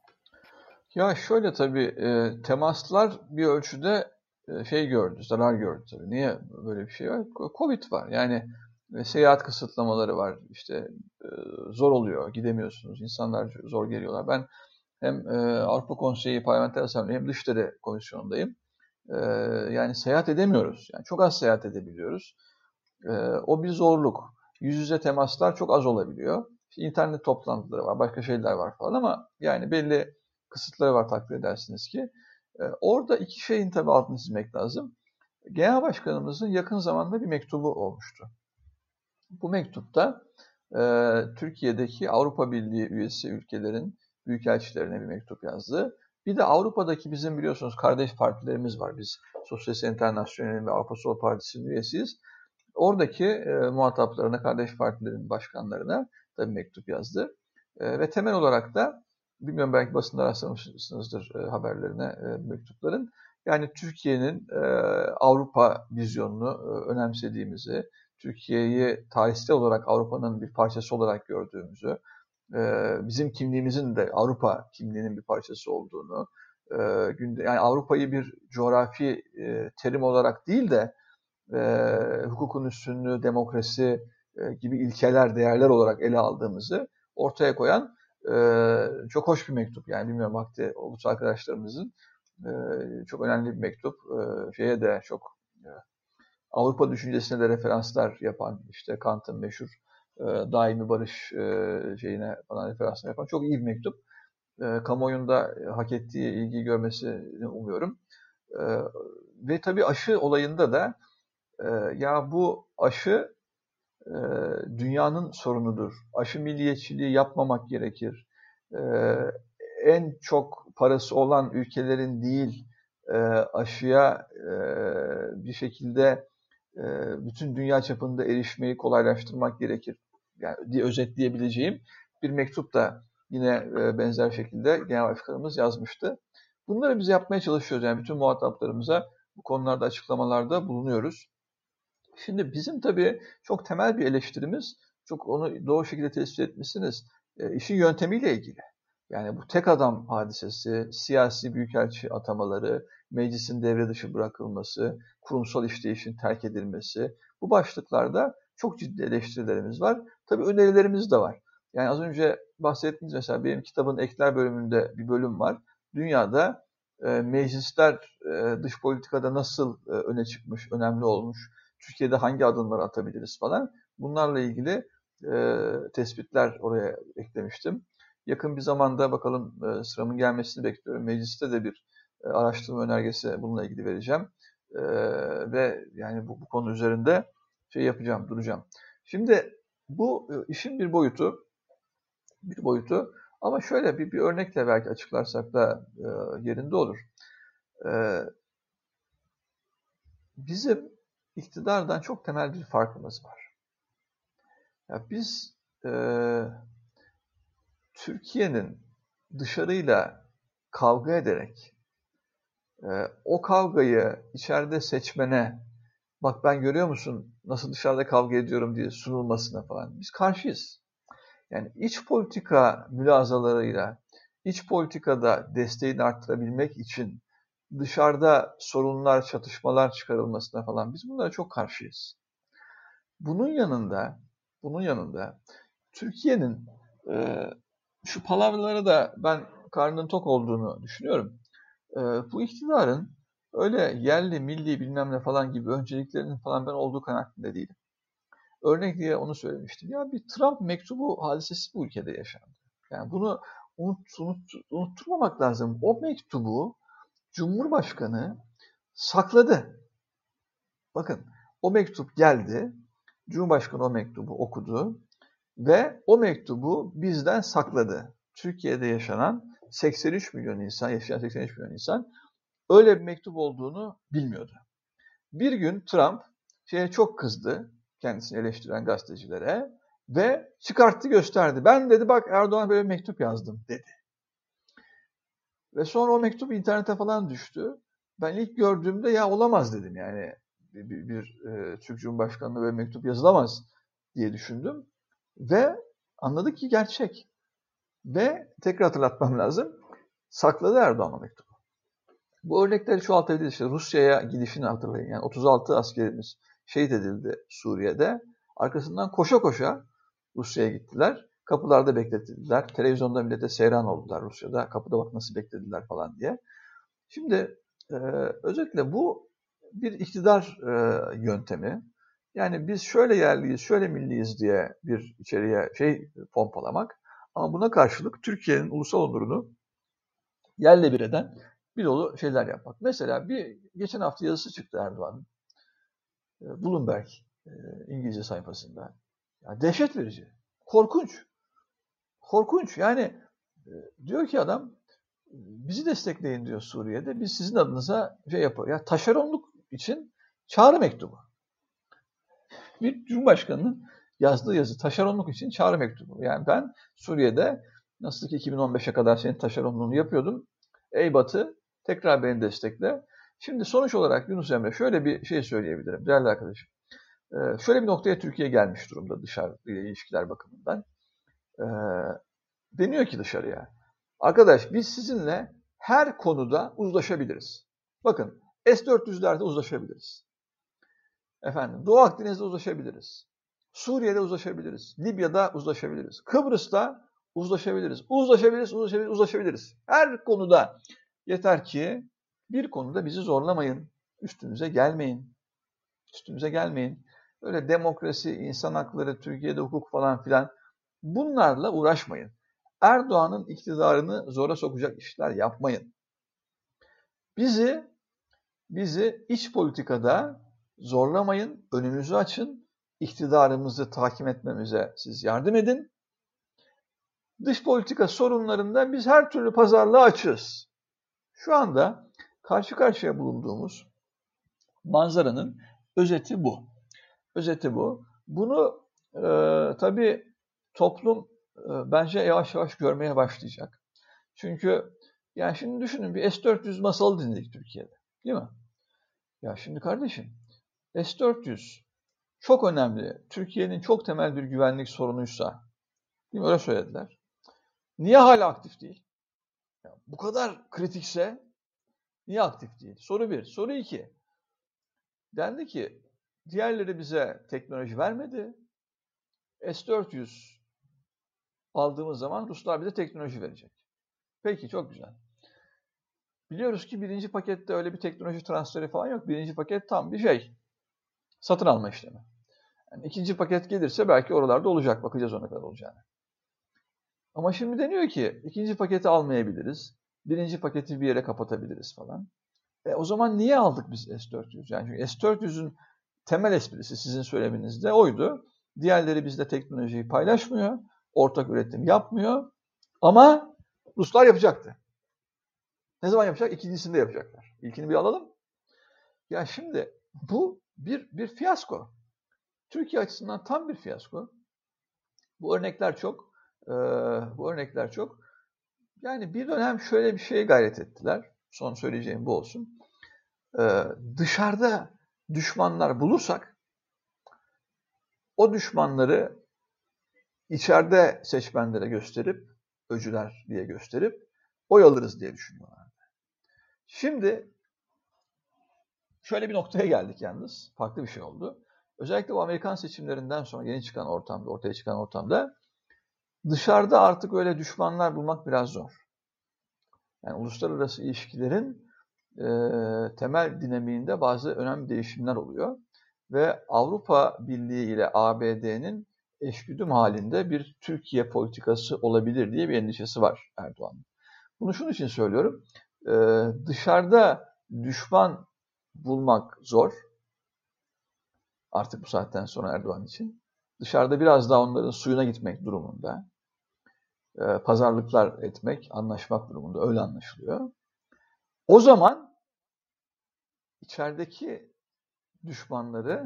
S3: Ya şöyle tabii temaslar bir ölçüde zarar gördü tabii. Niye böyle bir şey var? Covid var. Yani seyahat kısıtlamaları var. İşte zor oluyor, gidemiyorsunuz. İnsanlar zor geliyorlar. Ben hem Avrupa Konseyi Parlamenter Asamblea hem Dışişleri Komisyonu'ndayım. Yani seyahat edemiyoruz. Yani çok az seyahat edebiliyoruz. O bir zorluk. Yüz yüze temaslar çok az olabiliyor. İşte internet toplantıları var, başka şeyler var falan ama yani belli kısıtları var, takdir edersiniz ki. Orada iki şeyin tabii altını çizmek lazım. Genel Başkanımızın yakın zamanda bir mektubu olmuştu. Bu mektupta Türkiye'deki Avrupa Birliği üyesi ülkelerin büyükelçilerine bir mektup yazdı. Bir de Avrupa'daki bizim biliyorsunuz kardeş partilerimiz var. Biz Sosyalist Enternasyonel'in ve Avrupa Sol Partisi'nin üyesiyiz. Oradaki muhataplarına, kardeş partilerin başkanlarına da bir mektup yazdı. Ve temel olarak da, bilmiyorum belki basında rastlamışsınızdır haberlerine mektupların. Yani Türkiye'nin Avrupa vizyonunu önemsediğimizi, Türkiye'yi tarihsel olarak Avrupa'nın bir parçası olarak gördüğümüzü, bizim kimliğimizin de Avrupa kimliğinin bir parçası olduğunu, yani Avrupa'yı bir coğrafi terim olarak değil de hukukun üstünlüğü, demokrasi gibi ilkeler, değerler olarak ele aldığımızı ortaya koyan çok hoş bir mektup. Yani bilmiyorum vakti olmuş arkadaşlarımızın çok önemli bir mektup. Şeye de çok Avrupa düşüncesine de referanslar yapan, işte Kant'ın meşhur daimi barış şeyine falan referanslar yapan çok iyi bir mektup. Kamuoyunda hak ettiği ilgiyi görmesini umuyorum. Ve tabii aşı olayında da ya bu aşı dünyanın sorunudur. Aşı milliyetçiliği yapmamak gerekir. En çok parası olan ülkelerin değil, aşıya bir şekilde bütün dünya çapında erişmeyi kolaylaştırmak gerekir. Yani diye özetleyebileceğim bir mektup da yine benzer şekilde Genel Başkanımız yazmıştı. Bunları biz yapmaya çalışıyoruz. Yani bütün muhataplarımıza bu konularda açıklamalarda bulunuyoruz. Şimdi bizim tabii çok temel bir eleştirimiz, çok onu doğru şekilde tespit etmişsiniz, işin yöntemiyle ilgili. Yani bu tek adam hadisesi, siyasi büyükelçi atamaları, meclisin devre dışı bırakılması, kurumsal işleyişin terk edilmesi, bu başlıklarda çok ciddi eleştirilerimiz var. Tabii önerilerimiz de var. Yani az önce bahsettiğiniz mesela benim kitabın ekler bölümünde bir bölüm var. Dünyada meclisler dış politikada nasıl öne çıkmış, önemli olmuş, Türkiye'de hangi adımları atabiliriz falan. Bunlarla ilgili tespitler oraya eklemiştim. Yakın bir zamanda bakalım sıramın gelmesini bekliyorum. Mecliste de bir araştırma önergesi bununla ilgili vereceğim. Ve yani bu konu üzerinde yapacağım, duracağım. Şimdi bu işin bir boyutu ama şöyle bir örnekle belki açıklarsak da yerinde olur. Bizim iktidardan çok temel bir farkımız var. Ya biz Türkiye'nin dışarıyla kavga ederek o kavgayı içeride seçmene, bak ben görüyor musun nasıl dışarıda kavga ediyorum diye sunulmasına falan biz karşıyız. Yani iç politika mülazalarıyla, iç politikada desteğini arttırabilmek için dışarıda sorunlar, çatışmalar çıkarılmasına falan biz bunlara çok karşıyız. Bunun yanında Türkiye'nin şu palavralara da ben karnının tok olduğunu düşünüyorum. Bu iktidarın öyle yerli, milli bilmem ne falan gibi önceliklerinin falan ben olduğu kanaatinde değilim. Örnek diye onu söylemiştim. Ya bir Trump mektubu hadisesi bu ülkede yaşandı. Yani bunu unutturmamak lazım. O mektubu Cumhurbaşkanı sakladı. Bakın o mektup geldi. Cumhurbaşkanı o mektubu okudu ve o mektubu bizden sakladı. Türkiye'de yaşayan 83 milyon insan öyle bir mektup olduğunu bilmiyordu. Bir gün Trump çok kızdı kendisini eleştiren gazetecilere ve çıkarttı gösterdi. Ben dedi bak Erdoğan'a böyle bir mektup yazdım dedi. Ve sonra o mektup internete falan düştü. Ben ilk gördüğümde ya olamaz dedim yani bir Türk Cumhurbaşkanı'na böyle mektup yazılamaz diye düşündüm. Ve anladık ki gerçek. Ve tekrar hatırlatmam lazım. Sakladı Erdoğan o mektubu. Bu örnekleri çoğaltabiliriz. İşte Rusya'ya gidişini hatırlayın. Yani 36 askerimiz şehit edildi Suriye'de. Arkasından koşa koşa Rusya'ya gittiler. Kapılarda bekletildiler. Televizyonda millete seyran oldular Rusya'da. Kapıda bak nasıl beklediler falan diye. Şimdi özetle bu bir iktidar yöntemi. Yani biz şöyle yerliyiz, şöyle milliyiz diye bir içeriye pompalamak. Ama buna karşılık Türkiye'nin ulusal onurunu yerle bir eden bir dolu şeyler yapmak. Mesela bir geçen hafta yazısı çıktı Erdoğan'ın. Bloomberg İngilizce sayfasında. Ya dehşet verici. Korkunç. Korkunç. Yani diyor ki adam bizi destekleyin diyor Suriye'de. Biz sizin adınıza yapıyor. Ya taşeronluk için çağrı mektubu. Bir Cumhurbaşkanı'nın yazdığı yazı taşeronluk için çağrı mektubu. Yani ben Suriye'de nasıl ki 2015'e kadar senin taşeronluğunu yapıyordum. Ey Batı tekrar beni destekle. Şimdi sonuç olarak Yunus Emre şöyle bir şey söyleyebilirim değerli arkadaşım. Şöyle bir noktaya Türkiye gelmiş durumda dışarı ilişkiler bakımından. Deniyor ki dışarıya. Arkadaş biz sizinle her konuda uzlaşabiliriz. Bakın S-400'lerde uzlaşabiliriz. Efendim Doğu Akdeniz'de uzlaşabiliriz. Suriye'de uzlaşabiliriz. Libya'da uzlaşabiliriz. Kıbrıs'ta uzlaşabiliriz. Her konuda yeter ki bir konuda bizi zorlamayın. Üstümüze gelmeyin. Öyle demokrasi, insan hakları, Türkiye'de hukuk falan filan bunlarla uğraşmayın. Erdoğan'ın iktidarını zora sokacak işler yapmayın. Bizi iç politikada zorlamayın, önümüzü açın, iktidarımızı tahkim etmemize siz yardım edin. Dış politika sorunlarında biz her türlü pazarlığa açığız. Şu anda karşı karşıya bulunduğumuz manzaranın özeti bu. Bunu tabii toplum bence yavaş yavaş görmeye başlayacak. Çünkü yani şimdi düşünün bir S-400 masalı dinledik Türkiye'de. Değil mi? Ya şimdi kardeşim S-400 çok önemli. Türkiye'nin çok temel bir güvenlik sorunuysa, değil mi? Öyle söylediler. Niye hala aktif değil? Ya, bu kadar kritikse niye aktif değil? Soru 1. Soru 2. Dendi ki diğerleri bize teknoloji vermedi. S-400 aldığımız zaman Ruslar bize teknoloji verecek. Peki çok güzel. Biliyoruz ki birinci pakette öyle bir teknoloji transferi falan yok. Birinci paket tam bir satın alma işlemi. Yani ikinci paket gelirse belki oralarda olacak. Bakacağız ona kadar olacağını. Ama şimdi deniyor ki ikinci paketi almayabiliriz. Birinci paketi bir yere kapatabiliriz falan. O zaman niye aldık biz S-400? Yani çünkü S-400'ün temel esprisi sizin söyleminizde oydu. Diğerleri bizde teknolojiyi paylaşmıyor. Ortak üretim yapmıyor. Ama Ruslar yapacaktı. Ne zaman yapacak? İkincisini de yapacaklar. İlkini bir alalım. Ya şimdi bu bir fiyasko. Türkiye açısından tam bir fiyasko. Bu örnekler çok. Yani bir dönem şöyle bir şeye gayret ettiler. Son söyleyeceğim bu olsun. Dışarıda düşmanlar bulursak o düşmanları içeride seçmenlere gösterip, öcüler diye gösterip oy alırız diye düşünüyorlardı. Şimdi şöyle bir noktaya geldik yalnız. Farklı bir şey oldu. Özellikle bu Amerikan seçimlerinden sonra ortaya çıkan ortamda dışarıda artık öyle düşmanlar bulmak biraz zor. Yani uluslararası ilişkilerin temel dinamiğinde bazı önemli değişimler oluyor. Ve Avrupa Birliği ile ABD'nin eşgüdüm halinde bir Türkiye politikası olabilir diye bir endişesi var Erdoğan'ın. Bunu şunun için söylüyorum. Dışarıda düşman bulmak zor. Artık bu saatten sonra Erdoğan için. Dışarıda biraz daha onların suyuna gitmek durumunda. Pazarlıklar etmek, anlaşmak durumunda. Öyle anlaşılıyor. O zaman içerideki düşmanları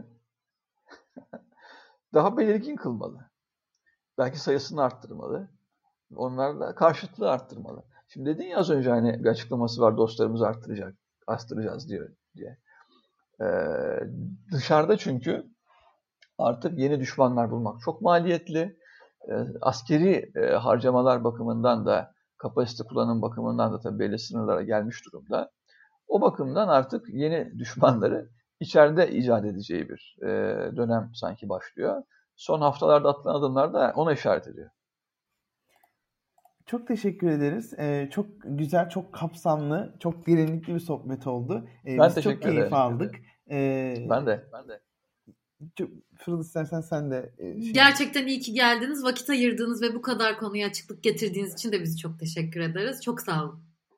S3: daha belirgin kılmalı. Belki sayısını arttırmalı. Onlarla karşıtlığı arttırmalı. Şimdi dedin ya az önce hani bir açıklaması var, dostlarımızı arttıracağız diye. Dışarıda çünkü artık yeni düşmanlar bulmak çok maliyetli. Askeri harcamalar bakımından da, kapasite kullanım bakımından da tabii belli sınırlara gelmiş durumda. O bakımdan artık yeni düşmanları içeride icat edeceği bir dönem sanki başlıyor. Son haftalarda atılan adımlar da ona işaret ediyor.
S1: Çok teşekkür ederiz. Çok güzel, çok kapsamlı, çok derinlikli bir sohbet oldu.
S3: Ben
S1: biz
S3: teşekkür
S1: çok keyif aldık.
S3: Ben de.
S1: Fırıl istersen sen de.
S2: Gerçekten iyi ki geldiniz, vakit ayırdığınız ve bu kadar konuya açıklık getirdiğiniz için de biz çok teşekkür ederiz. Çok sağ olun.